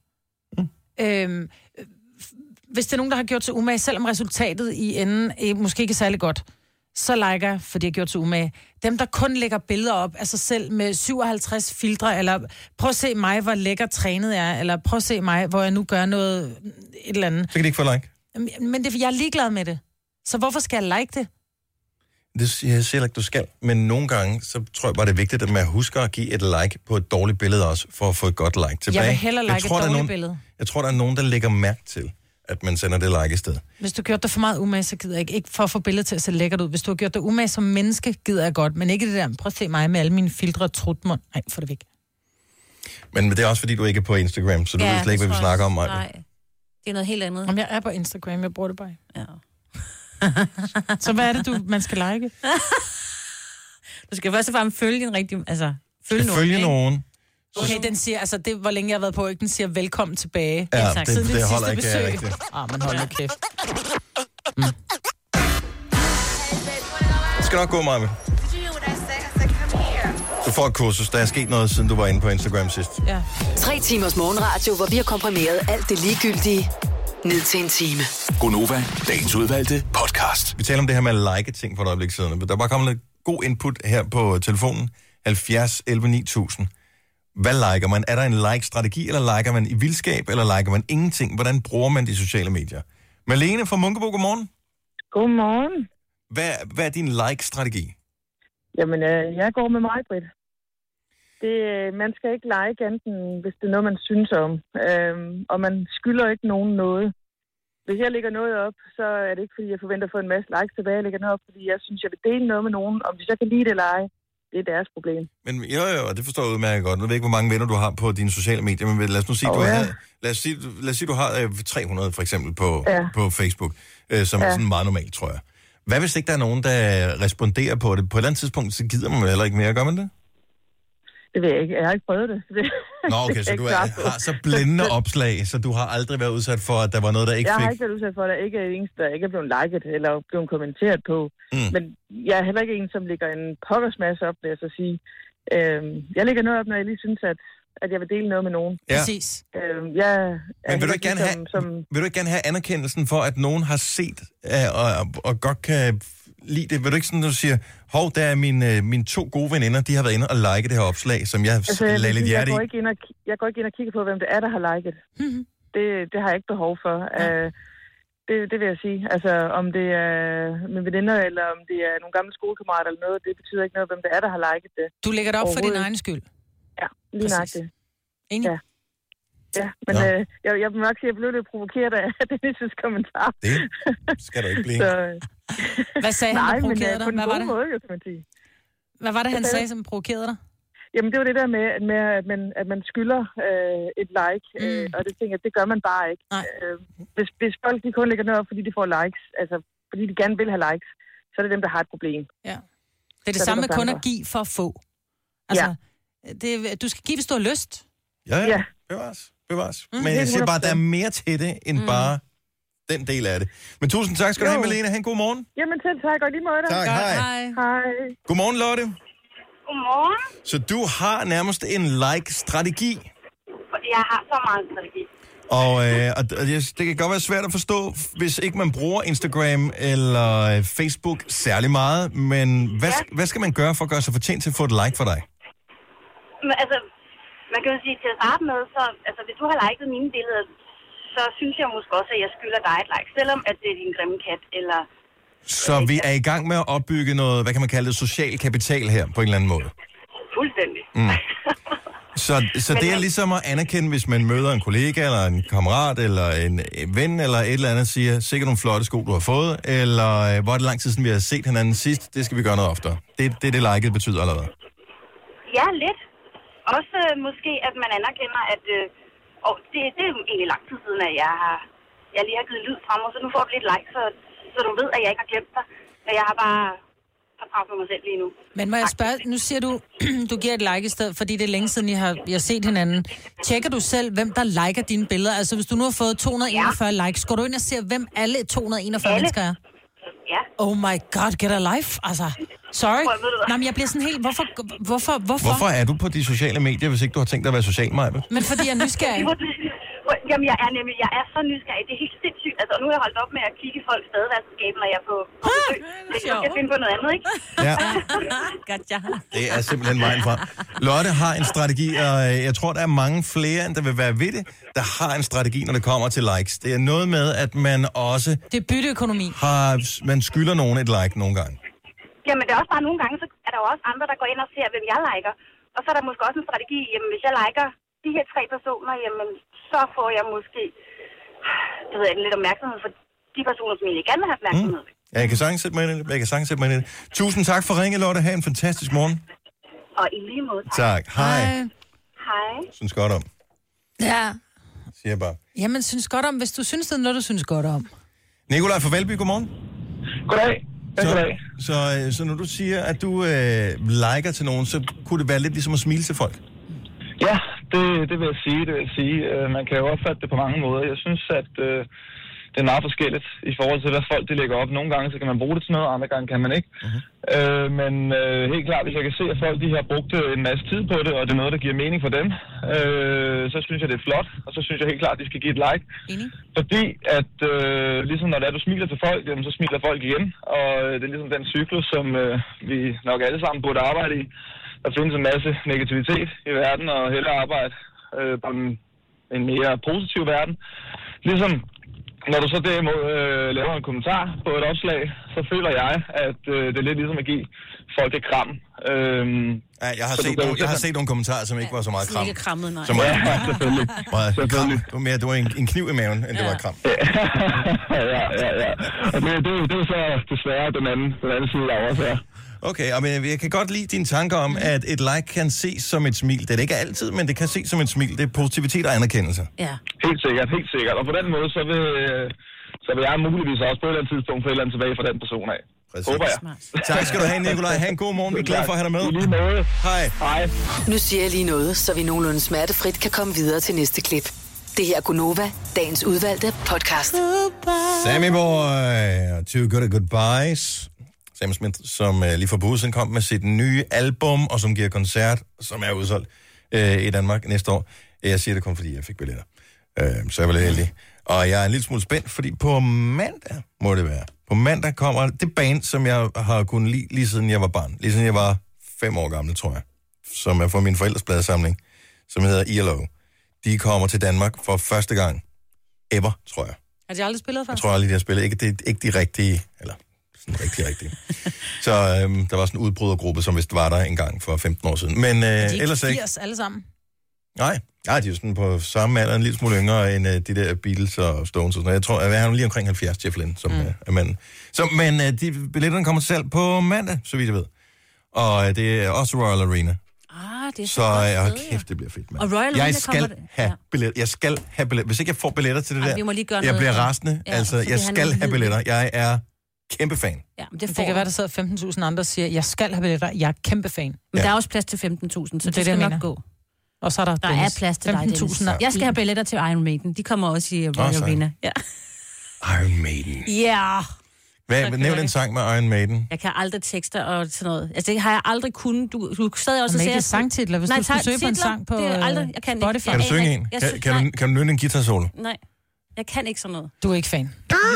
Hvis det er nogen, der har gjort sig umage, selvom resultatet i enden måske ikke er særlig godt, så liker jeg, for de har gjort sig umage. Dem, der kun lægger billeder op af sig selv med 57 filtre, eller prøv at se mig, hvor lækker trænet jeg er, eller prøv at se mig, hvor jeg nu gør noget, et eller andet. Så kan de ikke få like. Men det er, jeg er ligeglad med det. Så hvorfor skal jeg like det? Det siger jeg ikke, du skal. Men nogle gange, så tror jeg bare, det er vigtigt, at man husker at give et like på et dårligt billede også, for at få et godt like tilbage. Jeg vil hellere like et dårligt billede. Jeg tror, der er nogen, der lægger mærke til, at man sender det like i stedet. Hvis du har gjort dig for meget umage, så gider jeg ikke for at få billedet til at se lækkert ud. Hvis du har gjort dig umage som menneske, gider jeg godt. Men ikke det der, prøv at se mig med alle mine filtre og trutmund. Nej, få det væk. Men det er også, fordi du ikke er på Instagram, så du ved slet ikke, hvad vi snakker om. Nej, det er noget helt andet. Om jeg er på Instagram, jeg bruger det bare. Ja. Så hvad er det, man skal like? Du skal først og fremmest følge en rigtig... Altså, følge nogen. Okay, den siger, altså det, hvor længe jeg har været på, ikke? Den siger velkommen tilbage. Ja, det holder ikke rigtigt. Men hold nu kæft. Det skal nok gå, Maja. Du får et kursus. Der er sket noget, siden du var inde på Instagram sidst. Ja. 3 timers morgenradio, hvor vi har komprimeret alt det ligegyldige ned til en time. Gonova, dagens udvalgte podcast. Vi taler om det her med at like ting for et øjeblik siden. Der er bare kommet lidt god input her på telefonen. 70 11 9000. Hvad liker man? Er der en like-strategi, eller liker man i vildskab, eller liker man ingenting? Hvordan bruger man de sociale medier? Malene fra Munkebo, godmorgen. Godmorgen. Hvad er din like-strategi? Jamen, jeg går med mig, Britt. Man skal ikke like enten, hvis det er noget, man synes om. Og man skylder ikke nogen noget. Hvis jeg lægger noget op, så er det ikke, fordi jeg forventer at få en masse likes tilbage. Jeg lægger noget op, fordi jeg synes, jeg vil dele noget med nogen. Om de så kan lide det eller ej, det er deres problem. Men jo, det forstår jeg udmærket godt. Nu ved jeg ikke, hvor mange venner du har på dine sociale medier, men lad os nu sige, lad os sige, du har 300 for eksempel på Facebook, som er sådan meget normalt, tror jeg. Hvad hvis ikke der er nogen, der responderer på det? På et eller andet tidspunkt, så gider man heller ikke mere, gør man det? Det ved jeg ikke. Jeg har ikke prøvet det. Nå, okay, så du har så blændende opslag, så du har aldrig været udsat for, at der var noget, der ikke fik... Jeg har ikke været udsat for, at der ikke er en, der ikke er blevet liket eller blevet kommenteret på. Men jeg er heller ikke en, som lægger en pokkers masse op, vil jeg så sige. Jeg lægger noget op, når jeg lige synes, at jeg vil dele noget med nogen. Ja. Præcis. Men vil du ikke gerne have anerkendelsen for, at nogen har set og godt kan lide det? Vil du ikke sådan, når du siger, hov, der er mine 2 gode veninder, de har været inde og liket det her opslag, som jeg lagde lidt hjerte i? Jeg går ikke ind og kigger på, hvem det er, der har liket. Det har jeg ikke behov for. Det vil jeg sige. Altså, om det er mine veninder, eller om det er nogle gamle skolekammerater eller noget, det betyder ikke noget, hvem det er, der har liket det. Du lægger det op for din egen skyld? Ja, lige nøjagtigt. Enig? Ja, men jeg må nok sige, at jeg blev lidt provokeret af Dennis' kommentar. Det skal du ikke blive. Hvad sagde han, der provokerede dig? Hvad var det? Måde, kan man sige. Hvad var det, han sagde, som provokerede dig? Jamen, det var det der med at man skylder et like, og det tænker jeg, det gør man bare ikke. Hvis folk de kun lægger noget op, fordi de får likes, altså fordi de gerne vil have likes, så er det dem, der har et problem. Ja. Det er det samme med kun at give for at få. Altså, du skal give, hvis du har lyst. Ja. Bevares. Men jeg siger bare, at der er mere til det, end bare den del af det. Men tusind tak skal du have, Malene. Ha' en god morgen. Jamen selv tak, og lige måde. Tak, hej. Godmorgen, Lotte. Godmorgen. Så du har nærmest en like-strategi? Fordi jeg har så meget strategi. Og det kan godt være svært at forstå, hvis ikke man bruger Instagram eller Facebook særlig meget, men hvad skal man gøre for at gøre sig fortjent til at få et like for dig? Men, altså, man kan jo sige, til at starte med, så altså, hvis du har liket mine billeder, så synes jeg måske også, at jeg skylder dig et like, selvom at det er din grimme kat, eller... Så vi er i gang med at opbygge noget, hvad kan man kalde det, social kapital her, på en eller anden måde? Fuldstændig. Så det er ligesom at anerkende, hvis man møder en kollega, eller en kammerat, eller en ven, eller et eller andet, siger, sikkert nogle flotte sko, du har fået, eller hvor er det lang tid siden, vi har set hinanden sidst, det skal vi gøre noget oftere. Det liket betyder allerede. Ja, lidt. Også måske, at man anerkender, at det er egentlig lang tid siden, at jeg lige har givet lyd frem, og så nu får du lidt like, så du ved, at jeg ikke har glemt dig. Men jeg har bare fortravlt med mig selv lige nu. Men må jeg spørge, nu siger du, du giver et like i stedet, fordi det er længe siden, I har set hinanden. Tjekker du selv, hvem der liker dine billeder? Altså, hvis du nu har fået 241 likes, går du ind og ser, hvem alle 241 mennesker er? Ja. Oh my god, get a life. Altså, sorry. Nå, men jeg bliver sådan helt, hvorfor er du på de sociale medier, hvis ikke du har tænkt dig at være social, Maja? Men fordi jeg er nysgerrig. Jamen, jeg er så nysgerrig. Det er helt sindssygt. Altså, nu har jeg holdt op med at kigge i folks badevaskeskab, når jeg er på besøg. Jeg skal finde på noget andet, ikke? Ja. Gotcha. Det er simpelthen vejen frem. Lotte har en strategi, og jeg tror, der er mange flere, end der vil være ved det, der har en strategi, når det kommer til likes. Det er noget med, at man også... Det er bytteøkonomi. Man skylder nogen et like nogle gange. Jamen, det er også bare nogle gange, så er der jo også andre, der går ind og ser, hvem jeg liker. Og så er der måske også en strategi, jamen, hvis jeg liker de her 3 personer, jamen, så får jeg måske lidt opmærksomhed for de personer, som jeg gerne vil have opmærksomhed. Jeg kan sagtens sætte mig i det. Tusind tak for ringe, Lotte. Ha' en fantastisk morgen. Og i lige måde. Tak. Hej. Hej. Synes godt om. Ja. Siger jeg bare. Jamen, synes godt om, hvis du synes, det er noget, du synes godt om. Nikolaj fra Valby, godmorgen. Goddag. Så når du siger, at du liker til nogen, så kunne det være lidt ligesom at smile til folk? Ja, det vil jeg sige. Man kan jo opfatte det på mange måder. Jeg synes, at det er meget forskelligt i forhold til, hvad folk de lægger op. Nogle gange så kan man bruge det til noget, andre gange kan man ikke. Men helt klart, hvis jeg kan se, at folk de har brugt en masse tid på det, og det er noget, der giver mening for dem, så synes jeg, det er flot. Og så synes jeg helt klart, at de skal give et like. Fordi at ligesom når du smiler til folk, jamen, så smiler folk igen. Og det er ligesom den cyklus, som vi nok alle sammen burde arbejde i. Der findes en masse negativitet i verden, og hellere arbejde på en mere positiv verden. Ligesom når du så derimod laver en kommentar på et opslag, så føler jeg, at det er lidt ligesom at give folk et kram. Jeg har set nogle kommentarer, som ikke var så meget kram. Ikke krammet, nej. Som ja, selvfølgelig. Det var en kniv i maven, end det var kram. Ja. Og det er så desværre den anden side af os, ja. Okay, men jeg kan godt lide dine tanker om, at et like kan ses som et smil. Det er det ikke altid, men det kan ses som et smil. Det er positivitet og anerkendelse. Ja. Helt sikkert. Og på den måde, så vil jeg muligvis også på et eller andet tidspunkt få et eller andet tilbage fra den person af. Præcis. Håber jeg. Tak skal du have, Nikolaj. Ha' en god morgen. Vi er glade for at have dig med. Lige måde. Hej. Hej. Nu siger jeg lige noget, så vi nogenlunde smertefrit kan komme videre til næste klip. Det her er Gunova, dagens udvalgte podcast. Sammy Boy, Too Good at Goodbyes. Sam Smith, som lige for bussen kom med sit nye album, og som giver koncert, som er udsolgt i Danmark næste år. Jeg siger det kun, fordi jeg fik billetter. Så jeg var lidt heldig. Og jeg er en lille smule spændt, fordi på mandag må det være. På mandag kommer det band, som jeg har kunnet lide lige siden jeg var barn. Lige siden jeg var 5 år gammel, tror jeg. Som er fra min forældres pladesamling, som hedder ELO. De kommer til Danmark for første gang ever, tror jeg. Har de aldrig spillet før? Jeg tror aldrig, de har spillet. Ikke de rigtige, eller sådan rigtige. Så der var sådan en udbrydergruppe, som vist var der en gang for 15 år siden. Men er de ikke ellers 80 alle sammen? Nej, de er jo sådan på samme alder, en lille smule yngre end de der Beatles og Stones og sådan noget. Jeg tror, at han er lige omkring 70, Jeff Lynne, som er manden. Men de billetterne kommer til salg på mandag, så vidt jeg ved. Og det er også Royal Arena. Det er så kæft, det bliver fedt, mand. Og Royal Arena jeg skal have billetter. Jeg skal have billetter. Hvis ikke jeg får billetter til det der, vi må lige gøre jeg noget, bliver rasende. Altså, jeg skal have billetter. Jeg er kæmpe fan. Ja, men det kan være, der sidder 15.000 andre og siger, jeg skal have billetter, jeg er kæmpe fan. Men der er også plads til 15.000, så det skal nok gå. Og så er der er plads til dig, 15.000. Jeg skal have billetter til Iron Maiden. De kommer også i Royal Arena. Ja. Iron Maiden. Ja. Nævn en sang med Iron Maiden. Jeg kan aldrig tekster og sådan noget. Altså, det har jeg aldrig kunnet. Du stadig også sige... sangtitler, hvis du skulle søge på en sang på jeg kan Spotify. Kan du synge en? Kan du nynne en guitar-solo? Nej, jeg kan ikke sådan noget. Du er ikke fan?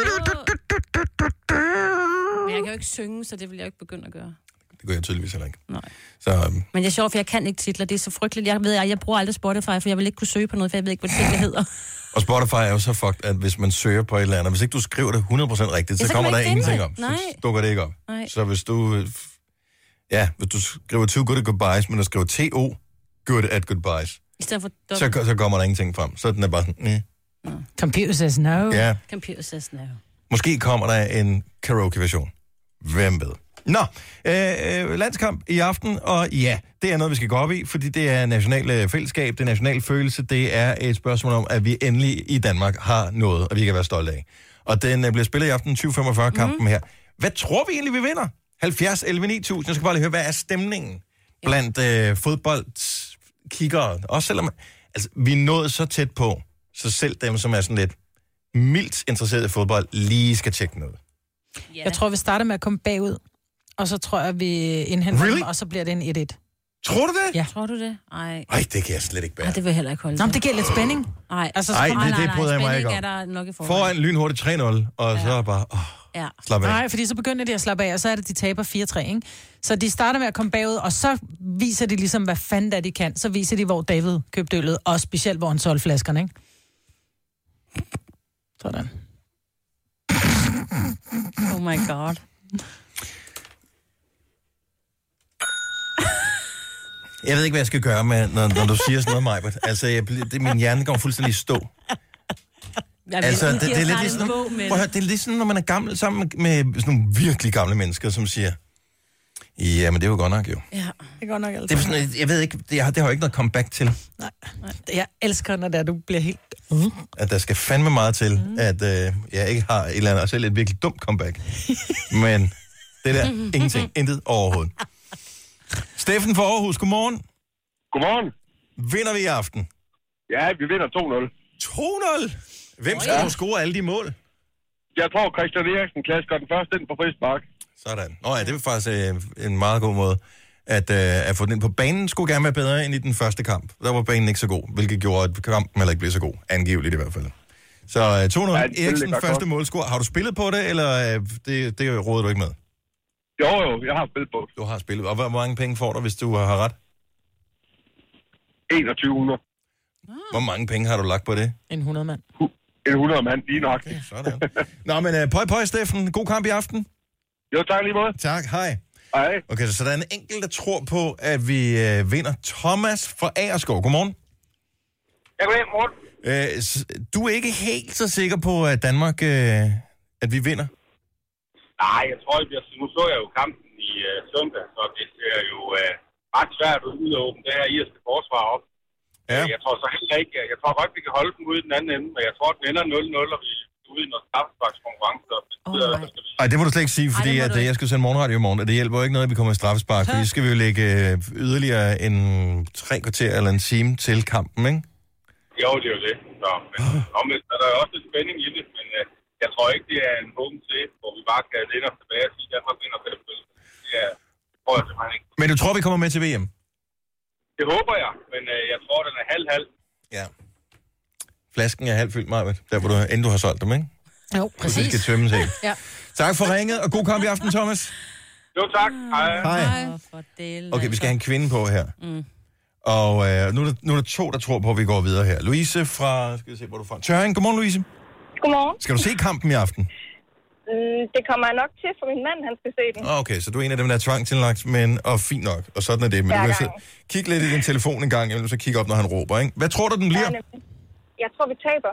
Men jeg kan jo ikke synge, så det vil jeg ikke begynde at gøre. Det gør jeg tydeligvis heller ikke. Nej. Så, men det er sjovt, for jeg kan ikke titler. Det er så frygteligt. Jeg bruger aldrig Spotify, for jeg vil ikke kunne søge på noget, for jeg ved ikke, hvad det hedder. Og Spotify er jo så fuckt, at hvis man søger på et eller andet, hvis ikke du skriver det 100% rigtigt, så kommer der ingenting op. Så dukker det ikke op. Nej. Så hvis du skriver Too Good at Goodbyes, men du skriver T-O, Good at Goodbyes, i stedet for så kommer der ingenting frem. Så den er bare sådan, Computer says no. Ja. Computer says no. Måske kommer der en karaoke-version. Hvem ved? Nå, landskamp i aften, og ja, det er noget, vi skal gå op i, fordi det er national fællesskab, det er national følelse, det er et spørgsmål om, at vi endelig i Danmark har noget, og vi kan være stolte af. Og den bliver spillet i aften 2045-kampen her. Hvad tror vi egentlig, vi vinder? 70, 11, 9000. Jeg skal bare lige høre, hvad er stemningen blandt fodboldkiggere? Også selvom vi er nået så tæt på, så selv dem, som er sådan lidt mildt interesseret i fodbold, lige skal tjekke noget. Yeah. Jeg tror, vi starter med at komme bagud, og så tror jeg, vi indhenter dem, og så bliver det en 1-1. Tror du det? Ja. Tror du det? Ej, det kan jeg slet ikke bære. Ej, det vil jeg heller ikke holde. Nå, men det giver lidt spænding. Nej, altså, det bryder jeg mig ikke om. Foran lynhurtigt 3-0, og så bare slap af. Nej, fordi så begynder de at slappe af, og så er det, de taber 4-3, ikke? Så de starter med at komme bagud, og så viser de ligesom, hvad fanden der de kan. Så viser de, hvor David købte øllet, og specielt, hvor han solgte flaskerne, ikke? Sådan. Oh my god. Jeg ved ikke, hvad jeg skal gøre med, når du siger sådan noget, Majbert. Altså, min hjerne går fuldstændig i stå. Altså, det er lidt ligesom, det er lidt sådan, når man er gammel sammen med sådan nogle virkelig gamle mennesker, som siger, ja, men det er jo godt nok, jo. Ja, det er godt nok det er sådan, jeg ved ikke, det har jo ikke noget comeback til. Nej. Jeg elsker, når du bliver helt... At der skal fandme meget til, at jeg ikke har et eller andet, og selv et virkelig dumt comeback. Men det der, ingenting, intet overhovedet. Steffen fra Aarhus, godmorgen. Godmorgen. Vinder vi i aften? Ja, vi vinder 2-0. 2-0? Hvem skal du score alle de mål? Jeg tror, Christian Eriksen klasker den første ind på frispark. Sådan. Det er faktisk en meget god måde at få den ind på banen. Skulle gerne være bedre end i den første kamp. Der var banen ikke så god, hvilket gjorde, at kampen heller ikke blev så god. Angiveligt i hvert fald. Så 2-0. Eriksen, første målscore. Har du spillet på det, eller det råder du ikke med? Jo, jeg har spillet på det. Du har spillet. Og hvor mange penge får du, hvis du har ret? 2100. Hvor mange penge har du lagt på det? En 100 mand. En 100 mand, lige nok. Okay, sådan. Nå, men pøj, Steffen. God kamp i aften. Jo, tak lige måde. Tak, hej. Hej. Okay, så der er en enkelt, der tror på, at vi vinder. Thomas fra Agerskov. Godmorgen. Ja, godmorgen. Du er ikke helt så sikker på, at Danmark, at vi vinder? Nej, jeg tror ikke. Nu så jeg jo kampen i søndag, så det ser jo ret svært ud at åbne det her irske forsvar op. Ja. Jeg tror så heller ikke, jeg tror godt, vi kan holde dem ude i den anden ende, men jeg tror, den ender 0-0, og vi er ude i noget straffesparkskonkurrence. Nej, det må du slet ikke sige, fordi at jeg skal sende morgenradio i morgen, og det hjælper jo ikke noget, at vi kommer i straffespark, fordi så skal vi jo lægge yderligere en 3 kvarter eller en time til kampen, ikke? Jo, det er jo det. Så, men der er også lidt spænding i det, men jeg tror ikke, det er en åben til, hvor vi bare kan læne os tilbage og sige, at Danmark vinder 5. Det tror jeg simpelthen ikke. Men du tror, vi kommer med til VM? Det håber jeg, men jeg tror, den er halv-halv. Ja. Flasken er halvt fyldt, Marvitt, der hvor inden du har solgt dem, ikke? Jo, præcis. Det skal tømmes helt. Ja. Tak for ringet, og god kamp i aften, Thomas. Jo, tak. Hej. Okay, vi skal have en kvinde på her. Og nu er der 2, der tror på, at vi går videre her. Louise fra... Skal vi se, hvor du er fra? Tørring. Godmorgen, Louise. Godmorgen. Skal du se kampen i aften? Det kommer jeg nok til, for min mand, han skal se den. Okay, så du er en af dem, der er tvangtillagt, og fint nok. Og sådan er det. Men du kan kigge lidt i din telefon en gang, og så kigge op, når han råber, ikke? Hvad tror du, den bliver? Jeg tror, vi taber.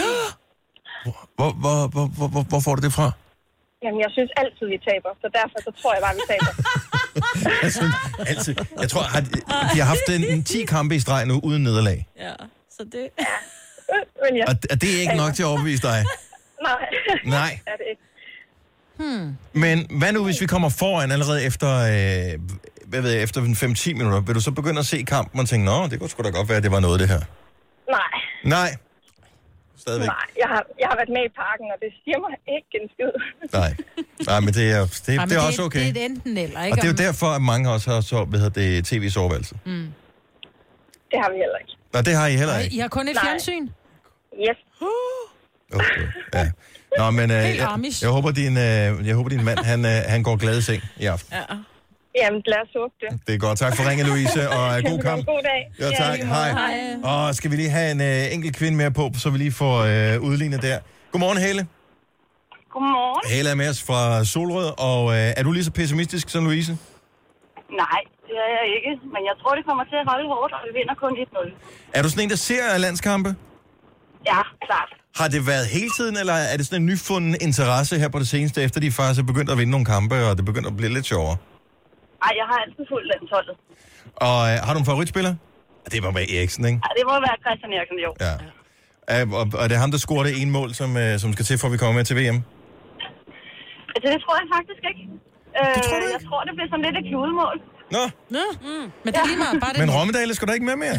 Hvor får du det fra? Jamen, jeg synes altid, vi taber, så derfor så tror jeg bare, vi taber. Altid. Jeg tror, de har haft 10 kampe i streg nu, uden nederlag. Ja, så det... Men ja. Og det er ikke nok til at overbevise dig? Nej. Er det ikke. Men hvad nu, hvis vi kommer foran allerede efter, efter 5-10 minutter? Vil du så begynde at se kampen og tænke, nå, det kunne sgu da godt være, at det var noget, det her? Nej. Stadigvæk. Nej, jeg har været med i parken, og det siger mig ikke en skid. Nej, men det er også okay. Det er et enten eller, ikke? Og det er jo derfor, at mange også har tv-soveværelse. Det har vi heller ikke. Nej, det har I heller ikke. I har kun et fjernsyn? Yes. Okay, ja. Nå, men jeg håber, din mand, han går glad i seng i aften. Ja. Jamen, lad os håbe det. Det er godt. Tak for ringe, Louise, og god kamp. God dag. Ja, tak. Hej. Og skal vi lige have en enkelt kvinde mere på, så vi lige får udlignet der. Godmorgen, Helle. Godmorgen. Helle er med os fra Solrød, og er du lige så pessimistisk som Louise? Nej, det er jeg ikke. Men jeg tror, det kommer til at holde hårdt, og vi vinder kun 1-0. Er du sådan en, der ser landskampe? Ja, klart. Har det været hele tiden, eller er det sådan en nyfunden interesse her på det seneste, efter de faktisk er begyndt at vinde nogle kampe, og det begynder at blive lidt sjovere? Nej, jeg har altid fulgt landsholdet. Og har du en favoritspiller? Det må være Eriksen, ikke? Ja, det må være Christian Eriksen, jo. Ja. Og det er ham, der scorer det ene mål, som skal til, for at vi kommer med til VM? Altså, det tror jeg faktisk ikke. Jeg tror, det bliver sådan lidt et kludemål. Nå. Men det er lige meget bare det. Men Rommedale skal der ikke med mere?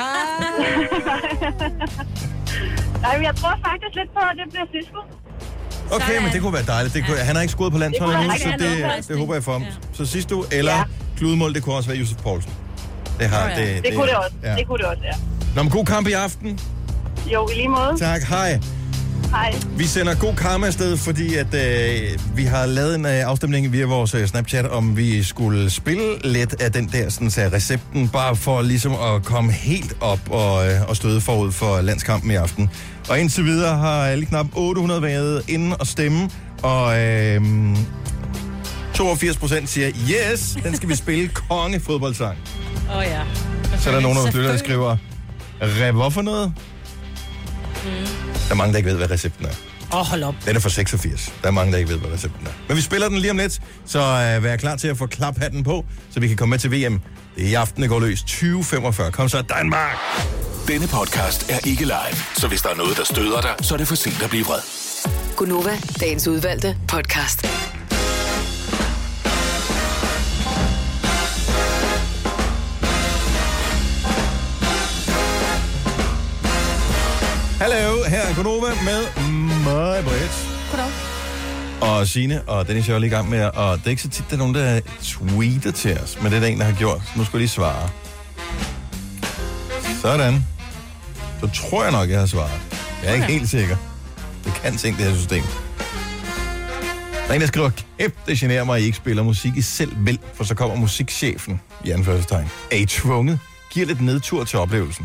Nej, men jeg tror faktisk lidt på, at det bliver Sisko. Okay, men det kunne være dejligt. Han har ikke scoret på landsholdet endnu, så det håber jeg for ham. Så sidst du, eller kludemål, det kunne også være Josef Poulsen. Det kunne det også. Ja. Det kunne det også, ja. Nå, men god kamp i aften. Jo, i lige måde. Tak, hej. Hej. Vi sender god karma afsted, fordi at vi har lavet en afstemning via vores Snapchat, om vi skulle spille lidt af den der sådan, recepten, bare for ligesom at komme helt op og støde forud for landskampen i aften. Og indtil videre har alle knap 800 været inde og stemme, og 82% siger, yes, den skal vi spille, kongefodboldsang. Ja. Så er der nogen, der skriver, hvad for noget? Der er mange, der ikke ved, hvad recepten er. Hold op. Den er fra 86. Der er mange, der ikke ved, hvad recepten er. Men vi spiller den lige om lidt, så vær klar til at få klaphatten på, så vi kan komme med til VM. Det er i aften, det går løs 20:45. Kom så, Danmark! Denne podcast er ikke live, så hvis der er noget, der støder dig, så er det for sent at blive vred. Gunova, dagens udvalgte podcast. Hallo, her er Gunova med mig, Britt. Goddag. Og Signe og Dennis er lige i gang med, og det er ikke så tit, der er nogen, der tweeter til os, men det er der en, der har gjort. Nu skal jeg lige svare. Sådan. Så tror jeg nok, jeg har svaret. Jeg er ikke helt sikker. Det kan tænke det her system. Der er en, der skriver, kæft, det generer mig, at I ikke spiller musik i selv vel, for så kommer musikchefen, i anførselstegn. Er I tvunget? Giver lidt nedtur til oplevelsen.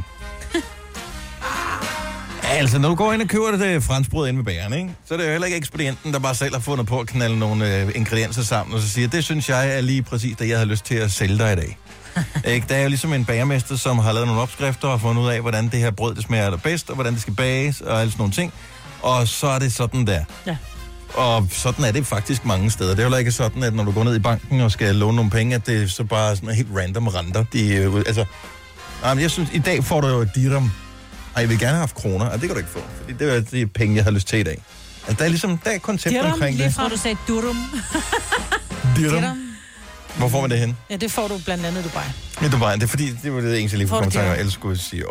Altså, når du går ind og køber det franskbrød inde ved bageren, ikke? Så er det jo heller ikke ekspedienten, der bare selv har fundet på at knalde nogle ingredienser sammen, og så siger, det synes jeg er lige præcis det, jeg har lyst til at sælge dig i dag. Ikke? Der er jo ligesom en bagermester, som har lavet nogle opskrifter og fundet ud af, hvordan det her brød det smager allerbedst, og hvordan det skal bages, og alle sådan nogle ting. Og så er det sådan der. Ja. Og sådan er det faktisk mange steder. Det er jo ikke sådan, at når du går ned i banken og skal låne nogle penge, at det er så bare sådan helt random renter. Jeg synes, i dag får du jo et dirham. Og jeg vil gerne have haft kroner, og det kan du ikke få, fordi det er de penge, jeg har lyst til i dag. Altså, der er koncept omkring det. Fra du sagde durum. Dirham. Hvor får man det hen? Ja, det får du blandt andet i Dubai. I Dubai. Det er fordi, det var det eneste lige for kommentarer. Ellers skulle jeg sige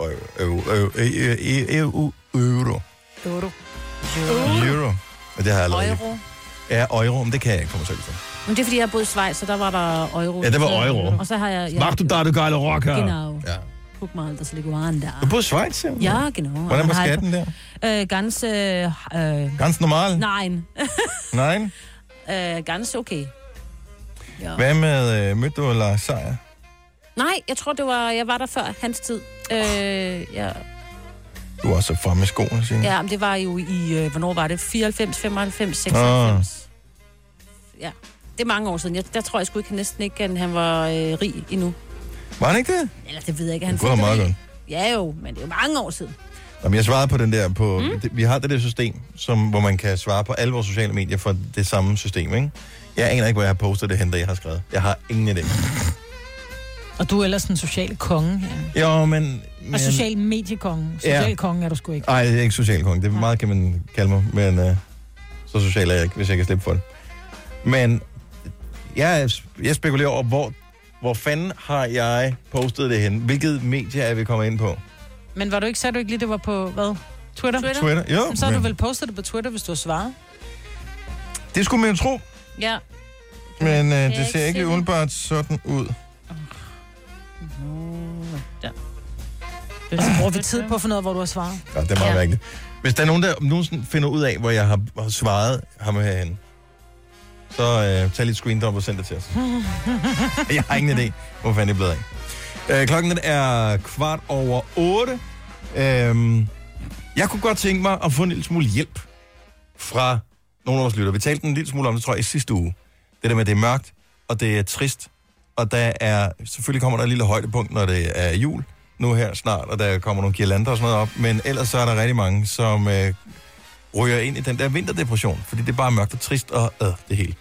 euro. Euro. Og det har jeg lavet. Euro. Ja, euro, men det kan jeg ikke få mig selv for. Men det er fordi, jeg boede i Schweiz, så der var der euro. Ja, det var euro. Og så har jeg... Mach du da, du geile Rocker. Genau. Ja. Guck mal, das liegt woanders. Du boede i Schweiz, ja? Ja, genau. Hvordan var skatten der? Ganz normal? Nein. Nein? Ganz okay. Ja. Hvad med, mødte du Lars Seier? Nej, jeg tror, jeg var der før hans tid. Ja. Du var så fremme i skoene, Signe. Ja, men det var jo i, hvornår var det? 94, 95, 96. Ja, det er mange år siden. Der tror jeg sgu ikke, næsten ikke, at han var rig endnu. Var han ikke det? Eller det ved jeg ikke. Det var meget godt. Ja jo, men det er jo mange år siden. Jamen, jeg svarede på den der på... Vi har det der system, hvor man kan svare på alle vores sociale medier for det samme system, ikke? Jeg aner ikke, hvor jeg har postet det hen, der jeg har skrevet. Jeg har ingen idé. Og du er ellers en social konge. Ja. Jo, men... Og social mediekonge. Social konge er du sgu ikke. Nej, jeg er ikke social konge. Det er meget, kan man kalde mig. Men så social er jeg ikke, hvis jeg kan slippe for det. Men jeg spekulerer over, hvor fanden har jeg postet det hen? Hvilket medie er vi kommet ind på? Men sagde du ikke lige, det var på, hvad? Twitter? Jo. Men så har du vel postet det på Twitter, hvis du har svaret? Det skulle man jo tro. Ja. Men det ser ikke umiddelbart sådan ud. Ja. Så bruger vi tid på at finde ud af, hvor du har svaret. Ja, det er meget mærkeligt. Hvis der er nogen, der nogensinde finder ud af, hvor jeg har svaret ham herhen, så tag lidt screendump og send det til os. Jeg har ingen idé, hvor fanden det er blevet af. Klokken er 7:15. Jeg kunne godt tænke mig at få en lille smule hjælp fra nogle af vores lytter. Vi talte en lille smule om det, tror jeg, i sidste uge. Det der med, at det er mørkt, og det er trist, og selvfølgelig kommer der et lille højdepunkt, når det er jul, nu her snart, og der kommer nogle girlander og sådan noget op, men ellers så er der rigtig mange, som ryger ind i den der vinterdepression, fordi det er bare mørkt og trist og det hele.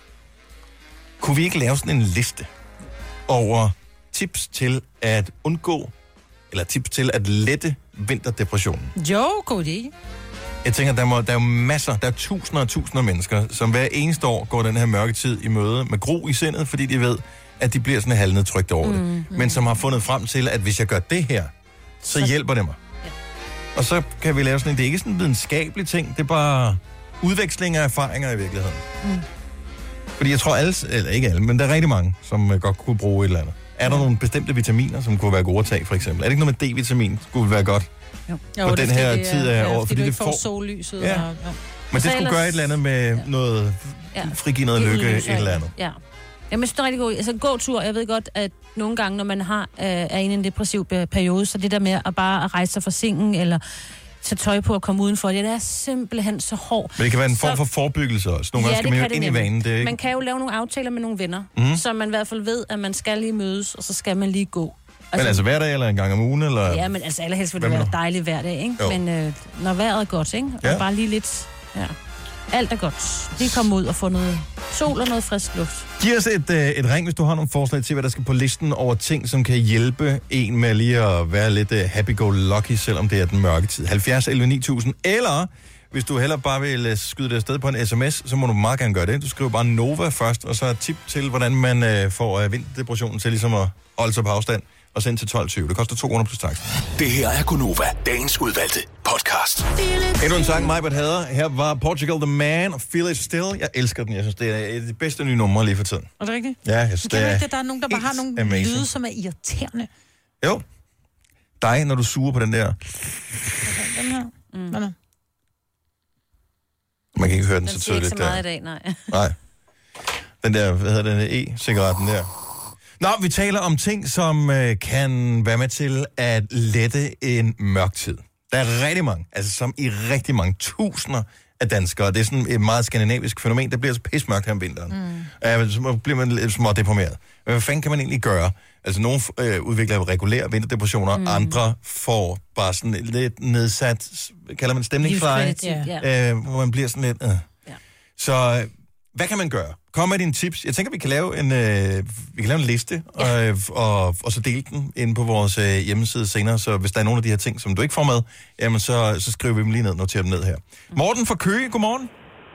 Kunne vi ikke lave sådan en liste over tips til at undgå, eller tips til at lette vinterdepressionen? Jo, god idé. Jeg tænker, der er jo masser, der er tusinder og tusinder af mennesker, som hver eneste år går den her mørke tid i møde med gro i sindet, fordi de ved, at de bliver sådan halvnedtrykt over det. Men som har fundet frem til, at hvis jeg gør det her, så hjælper det mig. Ja. Og så kan vi lave sådan en, det er ikke sådan en videnskabelig ting, det er bare udveksling af erfaringer i virkeligheden. Fordi jeg tror eller ikke alle, men der er rigtig mange, som godt kunne bruge et eller andet. Er der nogle bestemte vitaminer, som kunne være gode at tage, for eksempel? Er det ikke noget med D-vitamin, skulle være godt? Jo, på den her tid af året, fordi du ikke får sollyset. Ja. Men det skulle gøre et eller andet med noget, frigive noget lykke, et eller andet. Ja. Jamen, det er rigtig god. Altså, gå tur. Jeg ved godt, at nogle gange, når man er i en depressiv periode, så det der med at bare rejse sig fra sengen, eller tage tøj på at komme udenfor, det er simpelthen så hårdt. Men det kan være en form for forebyggelse også. Nogle gange skal man jo ind i vanen. Det ikke... Man kan jo lave nogle aftaler med nogle venner, så man i hvert fald ved, at man skal lige mødes, og så skal man lige gå. Men altså hver dag, eller en gang om ugen, eller... Ja, men altså allerhelst vil det være dejligt hver dag, ikke? Jo. Men når vejret er godt, ikke? Og bare lige lidt... Ja. Alt er godt. Lige komme ud og få noget sol og noget frisk luft. Giv os et ring, hvis du har nogle forslag til, hvad der skal på listen over ting, som kan hjælpe en med lige at være lidt happy-go-lucky, selvom det er den mørke tid. 70 11 9000. Eller hvis du heller bare vil skyde det afsted på en sms, så må du meget gerne gøre det. Du skriver bare Nova først, og så et tip til, hvordan man får vinterdepressionen til ligesom at holde sig på afstand. Og send til 12.20. Det koster 200 plus takst. Det her er Gunova, dagens udvalgte podcast. Endnu en sang, Majbert hader. Her var Portugal The Man og Feel It Still. Jeg elsker den. Jeg synes, det er det bedste nye nummer lige for tiden. Er det rigtigt? Ja, jeg synes, det er der er nogen, der bare har nogle lyde, som er irriterende. Jo. Dig, når du suger på den der. Den her. Man kan ikke høre den så tydeligt. Den siger ikke så meget i dag, nej. Den der, hvad hedder den, e-cigaretten der. Nå, vi taler om ting, som kan være med til at lette en mørk tid. Der er rigtig mange, altså som i rigtig mange tusinder af danskere. Det er sådan et meget skandinavisk fænomen. Det bliver så pismørkt her om vinteren. Så bliver man lidt små deprimeret. Men hvad fanden kan man egentlig gøre? Altså, nogle udvikler regulære vinterdepressioner, andre får bare sådan lidt nedsat, kalder man stemningsleje, hvor man bliver sådan lidt... Så hvad kan man gøre? Kom med dine tips. Jeg tænker, vi kan lave en liste, og så dele den inde på vores hjemmeside senere. Så hvis der er nogle af de her ting, som du ikke får med, jamen så skriver vi dem lige ned, noterer dem ned her. Morten fra Køge, godmorgen.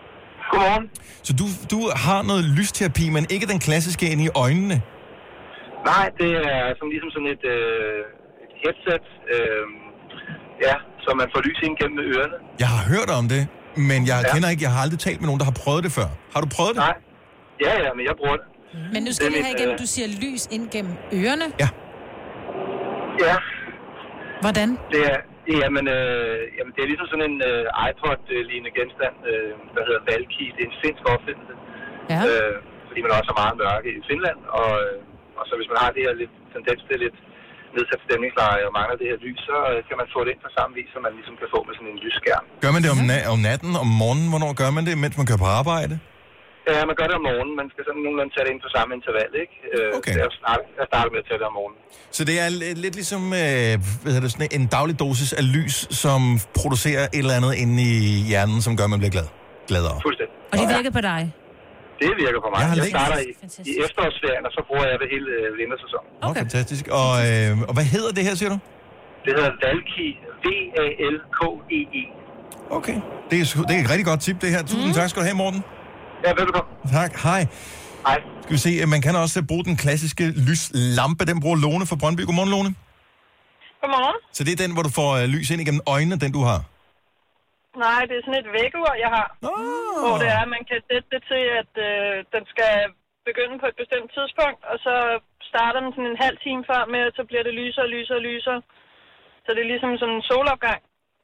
Godmorgen. Så du har noget lysterapi, men ikke den klassiske ind i øjnene? Nej, det er ligesom sådan et headset, så man får lys ind gennem ørerne. Jeg har hørt om det, men jeg har aldrig talt med nogen, der har prøvet det før. Har du prøvet det? Nej. Ja, men jeg bruger det. Men nu skal vi have igennem, du siger lys ind gennem ørerne? Ja. Ja. Hvordan? Det er, det er ligesom sådan en iPod-lignende genstand, der hedder Valky. Det er en finsk opfindelse. Ja. Fordi man også har meget mørke i Finland, og så hvis man har det her lidt tendens til lidt nedsat stemningsleje og mangler det her lys, så kan man få det ind på samme vis, som man ligesom kan få med sådan en lysskærm. Gør man det om natten, om morgenen? Hvornår gør man det, mens man kører på arbejde? Ja, man gør det om morgenen. Man skal sådan nogenlunde tage det ind på samme interval, ikke? Okay. Jeg starter med at tage det om morgenen. Så det er lidt ligesom sådan en daglig dosis af lys, som producerer et eller andet inde i hjernen, som gør, at man bliver gladere. Fuldstændig. Og det virker på dig? Det virker på mig. Jeg starter i efterårsferien, og så bruger jeg det hele vintersæsonen. Okay. Fantastisk. Og hvad hedder det her, siger du? Det hedder Valky. V-A-L-K-E-E. Okay. Det er et rigtig godt tip, det her. Tusind tak skal du have, Morten. Ja, velkommen. Tak. Hej. Hej. Skal vi se, man kan også bruge den klassiske lyslampe. Den bruger Lone fra Brøndby. Godmorgen, Lone. Godmorgen. Så det er den, hvor du får lys ind igennem øjnene, den du har? Nej, det er sådan et vækkeur, jeg har. Hvor det er, man kan sætte det til, at den skal begynde på et bestemt tidspunkt, og så starter den sådan en halv time før med, at så bliver det lysere og lysere og lysere. Så det er ligesom sådan en solopgang.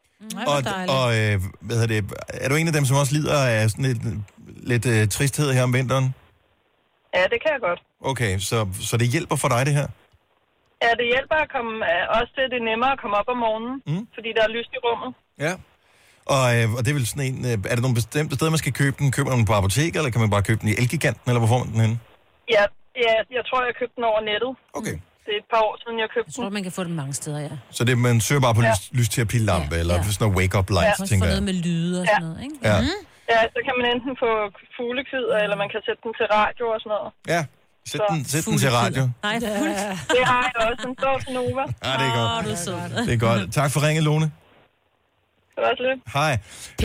Er du en af dem, som også lider af sådan lidt tristhed her om vinteren? Ja, det kan jeg godt. Okay, så det hjælper for dig, det her? Ja, det hjælper at komme, også til, at det er nemmere at komme op om morgenen, fordi der er lyst i rummet. Ja. Og det er vel sådan en... Er der nogle bestemte steder, man skal købe den? Køber man den på apoteket, eller kan man bare købe den i Elgiganten, eller hvor får man den henne? Ja, jeg tror, jeg købte den over nettet. Okay. Det er et par år siden, jeg købte den. Jeg tror, man kan få den mange steder, ja. Så det, man søger bare på lysterapi-lampe, eller sådan noget wake-up light, tænker jeg. Få noget med lyde og sådan noget, ikke? Ja. Ja, så kan man enten få fuglekvider, eller man kan sætte den til radio og sådan noget. Ja, sæt den til radio. Nej, det har jeg også. Den står til Nova. Ja, det er godt. Du er sød. Det er godt. Tak for ringet, Lone. Det var slet. Hej.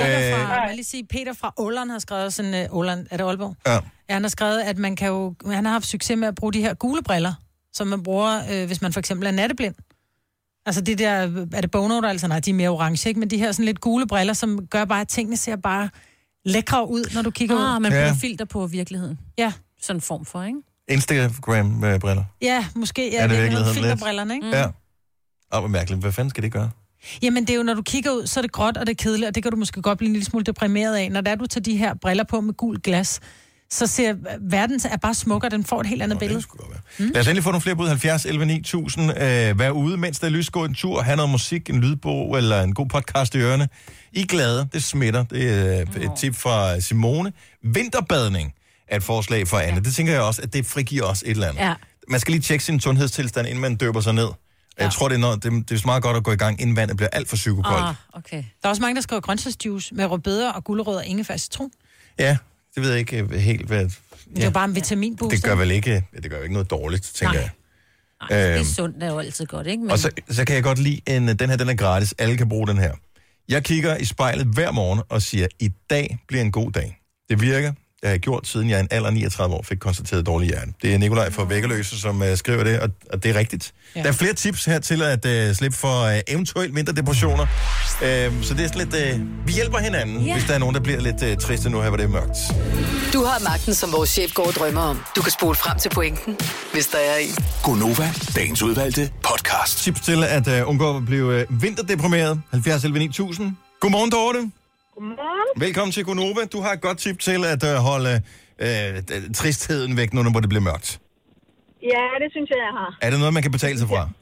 Peter fra Åland har skrevet sådan... Åland, er det Aalborg? Ja. Han har skrevet, at han har haft succes med at bruge de her gule briller, som man bruger, hvis man for eksempel er natteblind. Altså det der, er det bognoter, altså nej, de er mere orange, ikke? Men de her sådan lidt gule briller, som gør bare, at tingene ser bare lækre ud, når du kigger ud. Man bruger filter på virkeligheden. Ja. Sådan en form for, ikke? Instagram-briller. Ja, måske. Ja, det er virkeligheden filterbrillerne, ikke? Ja. Hvor mærkeligt. Hvad fanden skal det gøre? Jamen, det er jo, når du kigger ud, så er det gråt, og det er kedeligt, og det kan du måske godt blive en lille smule deprimeret af. Når du tager de her briller på med gul glas, så ser verden er bare smukkere, den får et helt andet billede. Lad os endelig få nogle flere bud. 70 11 9000. Vær ude, mens der er lys. Gå en tur, have noget musik, en lydbog eller en god podcast i ørerne. I er glade, det smitter. Det er et tip fra Simone. Vinterbadning er et forslag fra Anne. Det tænker jeg også, at det frigiver os et eller andet. Ja. Man skal lige tjekke sin sundhedstilstand, inden man døber sig ned. Ja. Jeg tror, det er meget godt at gå i gang, inden vandet bliver alt for psykokoldt. Okay. Der er også mange, der skriver grøntsagsjuice med rødbeder og gulerødder og ingefær citron. Ja, det ved jeg ikke helt, hvad... Det er jo bare en vitaminbooster. Det gør vel ikke, ikke noget dårligt, tænker jeg. Nej, det er sundt, det er jo altid godt, ikke? Men... Og så kan jeg godt lide, den her, den er gratis. Alle kan bruge den her. Jeg kigger i spejlet hver morgen og siger, i dag bliver en god dag. Det virker. Det har jeg gjort, siden jeg er en alder 39 år fik konstateret dårlig hjerne. Det er Nikolaj fra Vækkerløse, som skriver det, og det er rigtigt. Ja. Der er flere tips her til at slippe for eventuelt mindre depressioner. Så det er sådan lidt... vi hjælper hinanden, hvis der er nogen, der bliver lidt triste nu her, hvor det er mørkt. Du har magten, som vores chef går og drømmer om. Du kan spole frem til pointen, hvis der er en. Gonova, dagens udvalgte podcast. Tips til at undgå at blive vinterdeprimeret. 70 11 9000. Godmorgen, Dorte. Godmorgen. Velkommen til Gonova. Du har et godt tip til at holde tristheden væk, når det bliver mørkt. Ja, det synes jeg har. Er det noget, man kan betale sig fra?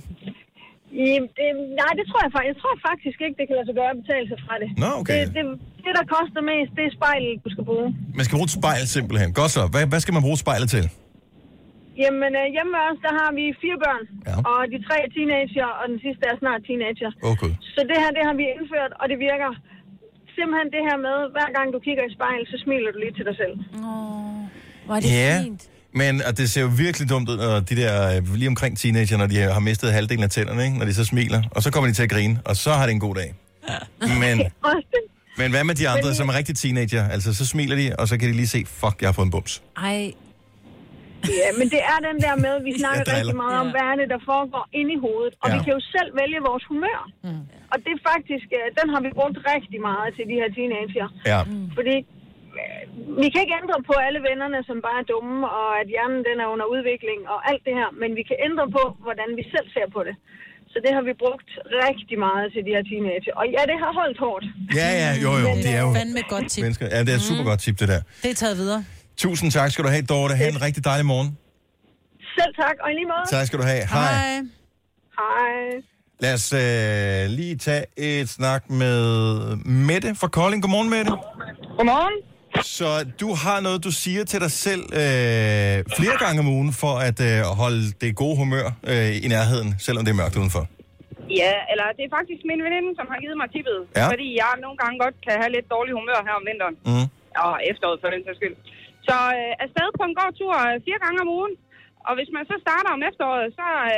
Nej, det tror jeg faktisk. Jeg tror faktisk ikke, det kan lade sig gøre at betale sig fra det. Nå, okay. Det, der koster mest, det er spejlet, du skal bruge. Man skal bruge et spejl simpelthen. Godt så. Hvad skal man bruge spejlet til? Jamen, hjemme med os, der har vi 4 børn. Ja. Og de 3 er teenager, og den sidste er snart teenager. Okay. Så det her, det har vi indført, og det virker. Simpelthen det her med, hver gang du kigger i spejl, så smiler du lige til dig selv. Hvor er det fint. Men det ser jo virkelig dumt ud, når de der lige omkring teenager, når de har mistet halvdelen af tænderne, ikke? Når de så smiler, og så kommer de til at grine, og så har det en god dag. Men Men hvad med de andre, som er rigtig teenager? Altså, så smiler de, og så kan de lige se, fuck, jeg har fået en bums. Ej. Ja, men det er den der med, at vi snakker rigtig meget om, hvad er det, der foregår inde i hovedet. Og vi kan jo selv vælge vores humør. Og det er faktisk, den har vi brugt rigtig meget til de her teenager. Ja. Fordi vi kan ikke ændre på alle vennerne, som bare er dumme, og at hjernen den er under udvikling og alt det her. Men vi kan ændre på, hvordan vi selv ser på det. Så det har vi brugt rigtig meget til de her teenager. Og ja, det har holdt hårdt. Ja, jo. Men, det er jo fandme et godt tip. Ja, det er et super godt tip, det der. Det er taget videre. Tusind tak skal du have, Dorte. Ha' en rigtig dejlig morgen. Selv tak, og i lige måde. Tak skal du have. Hej. Hej. Lad os lige tage et snak med Mette fra Kolding. Godmorgen, Mette. Godmorgen. Så du har noget, du siger til dig selv flere gange om ugen, for at holde det gode humør i nærheden, selvom det er mørkt udenfor. Ja, eller det er faktisk min veninde, som har givet mig tippet. Ja. Fordi jeg nogle gange godt kan have lidt dårlig humør her om vinteren. Og efteråret for den sags skyld. Så afsted på en gårdtur 4 gange om ugen. Og hvis man så starter om efteråret,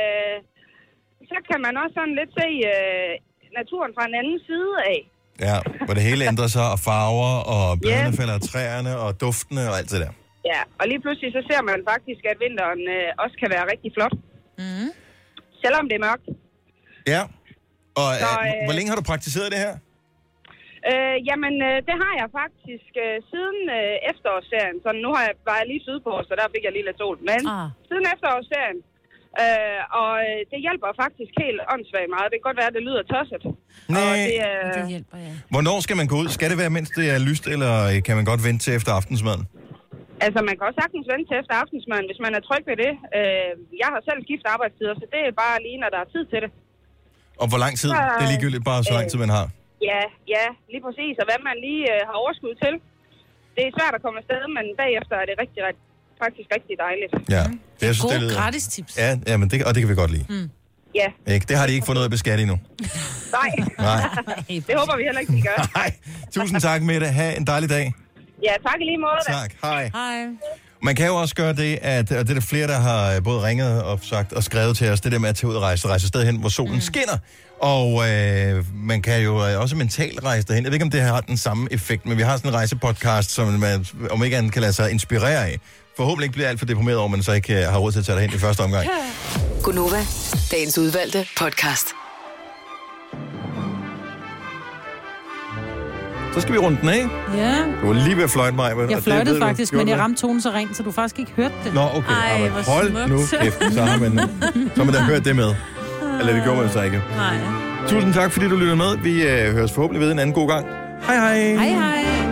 så kan man også sådan lidt se naturen fra en anden side af. Ja, hvor det hele ændrer sig, og farver, og bladene falder af træerne, og duftene, og alt det der. Ja, og lige pludselig så ser man faktisk, at vinteren også kan være rigtig flot. Selvom det er mørkt. Ja, og hvor længe har du praktiseret det her? Jamen, det har jeg faktisk siden efterårsserien. Så nu var jeg lige sydpå, så der fik jeg lige lidt sol. Men siden efterårsserien. Og det hjælper faktisk helt åndssvagt meget. Det kan godt være, at det lyder tosset. Nej, det hjælper, ja. Hvornår skal man gå ud? Skal det være, mens det er lyst, eller kan man godt vente til efter aftensmaden? Altså, man kan også sagtens vente til efter aftensmaden, hvis man er tryg ved det. Jeg har selv skiftet arbejdstider, så det er bare lige, når der er tid til det. Og hvor lang tid? Det er ligegyldigt bare så lang tid, man har. Ja, lige præcis. Og hvad man lige har overskud til. Det er svært at komme afsted, men bagefter er det faktisk rigtig dejligt. Ja. Det er gode gratis tips. Ja, men det kan vi godt lide. Ja. Ikke? Det har de ikke fundet ud af beskatte endnu. Nej. Det håber vi heller ikke, de gør. Nej. Tusind tak, Mette. Ha' en dejlig dag. Ja, tak i lige måde. Tak. Hej. Hej. Man kan jo også gøre det, og det er der flere, der har både ringet og sagt og skrevet til os, det der med at tage ud og rejse sted hen, hvor solen skinner. Og man kan jo også mentalt rejse derhen. Jeg ved ikke, om det har den samme effekt, men vi har sådan en rejsepodcast, som man om ikke andet kan lade sig inspirere af. Forhåbentlig ikke bliver alt for deprimeret over, men så ikke har råd til at tage derhen i første omgang. Gunova, dagens udvalgte podcast. Så skal vi runde den af. Ja. Du var lige ved at fløjte mig. Jeg fløjtede faktisk, men jeg ramte tonen så rent, så du faktisk ikke hørte det. Nå, okay. Ej, hold nu kæft. Så har man da hørt det med. Eller det gjorde man så ikke. Nej. Tusind tak, fordi du lyttede med. Vi høres forhåbentlig ved en anden god gang. Hej hej. Hej hej.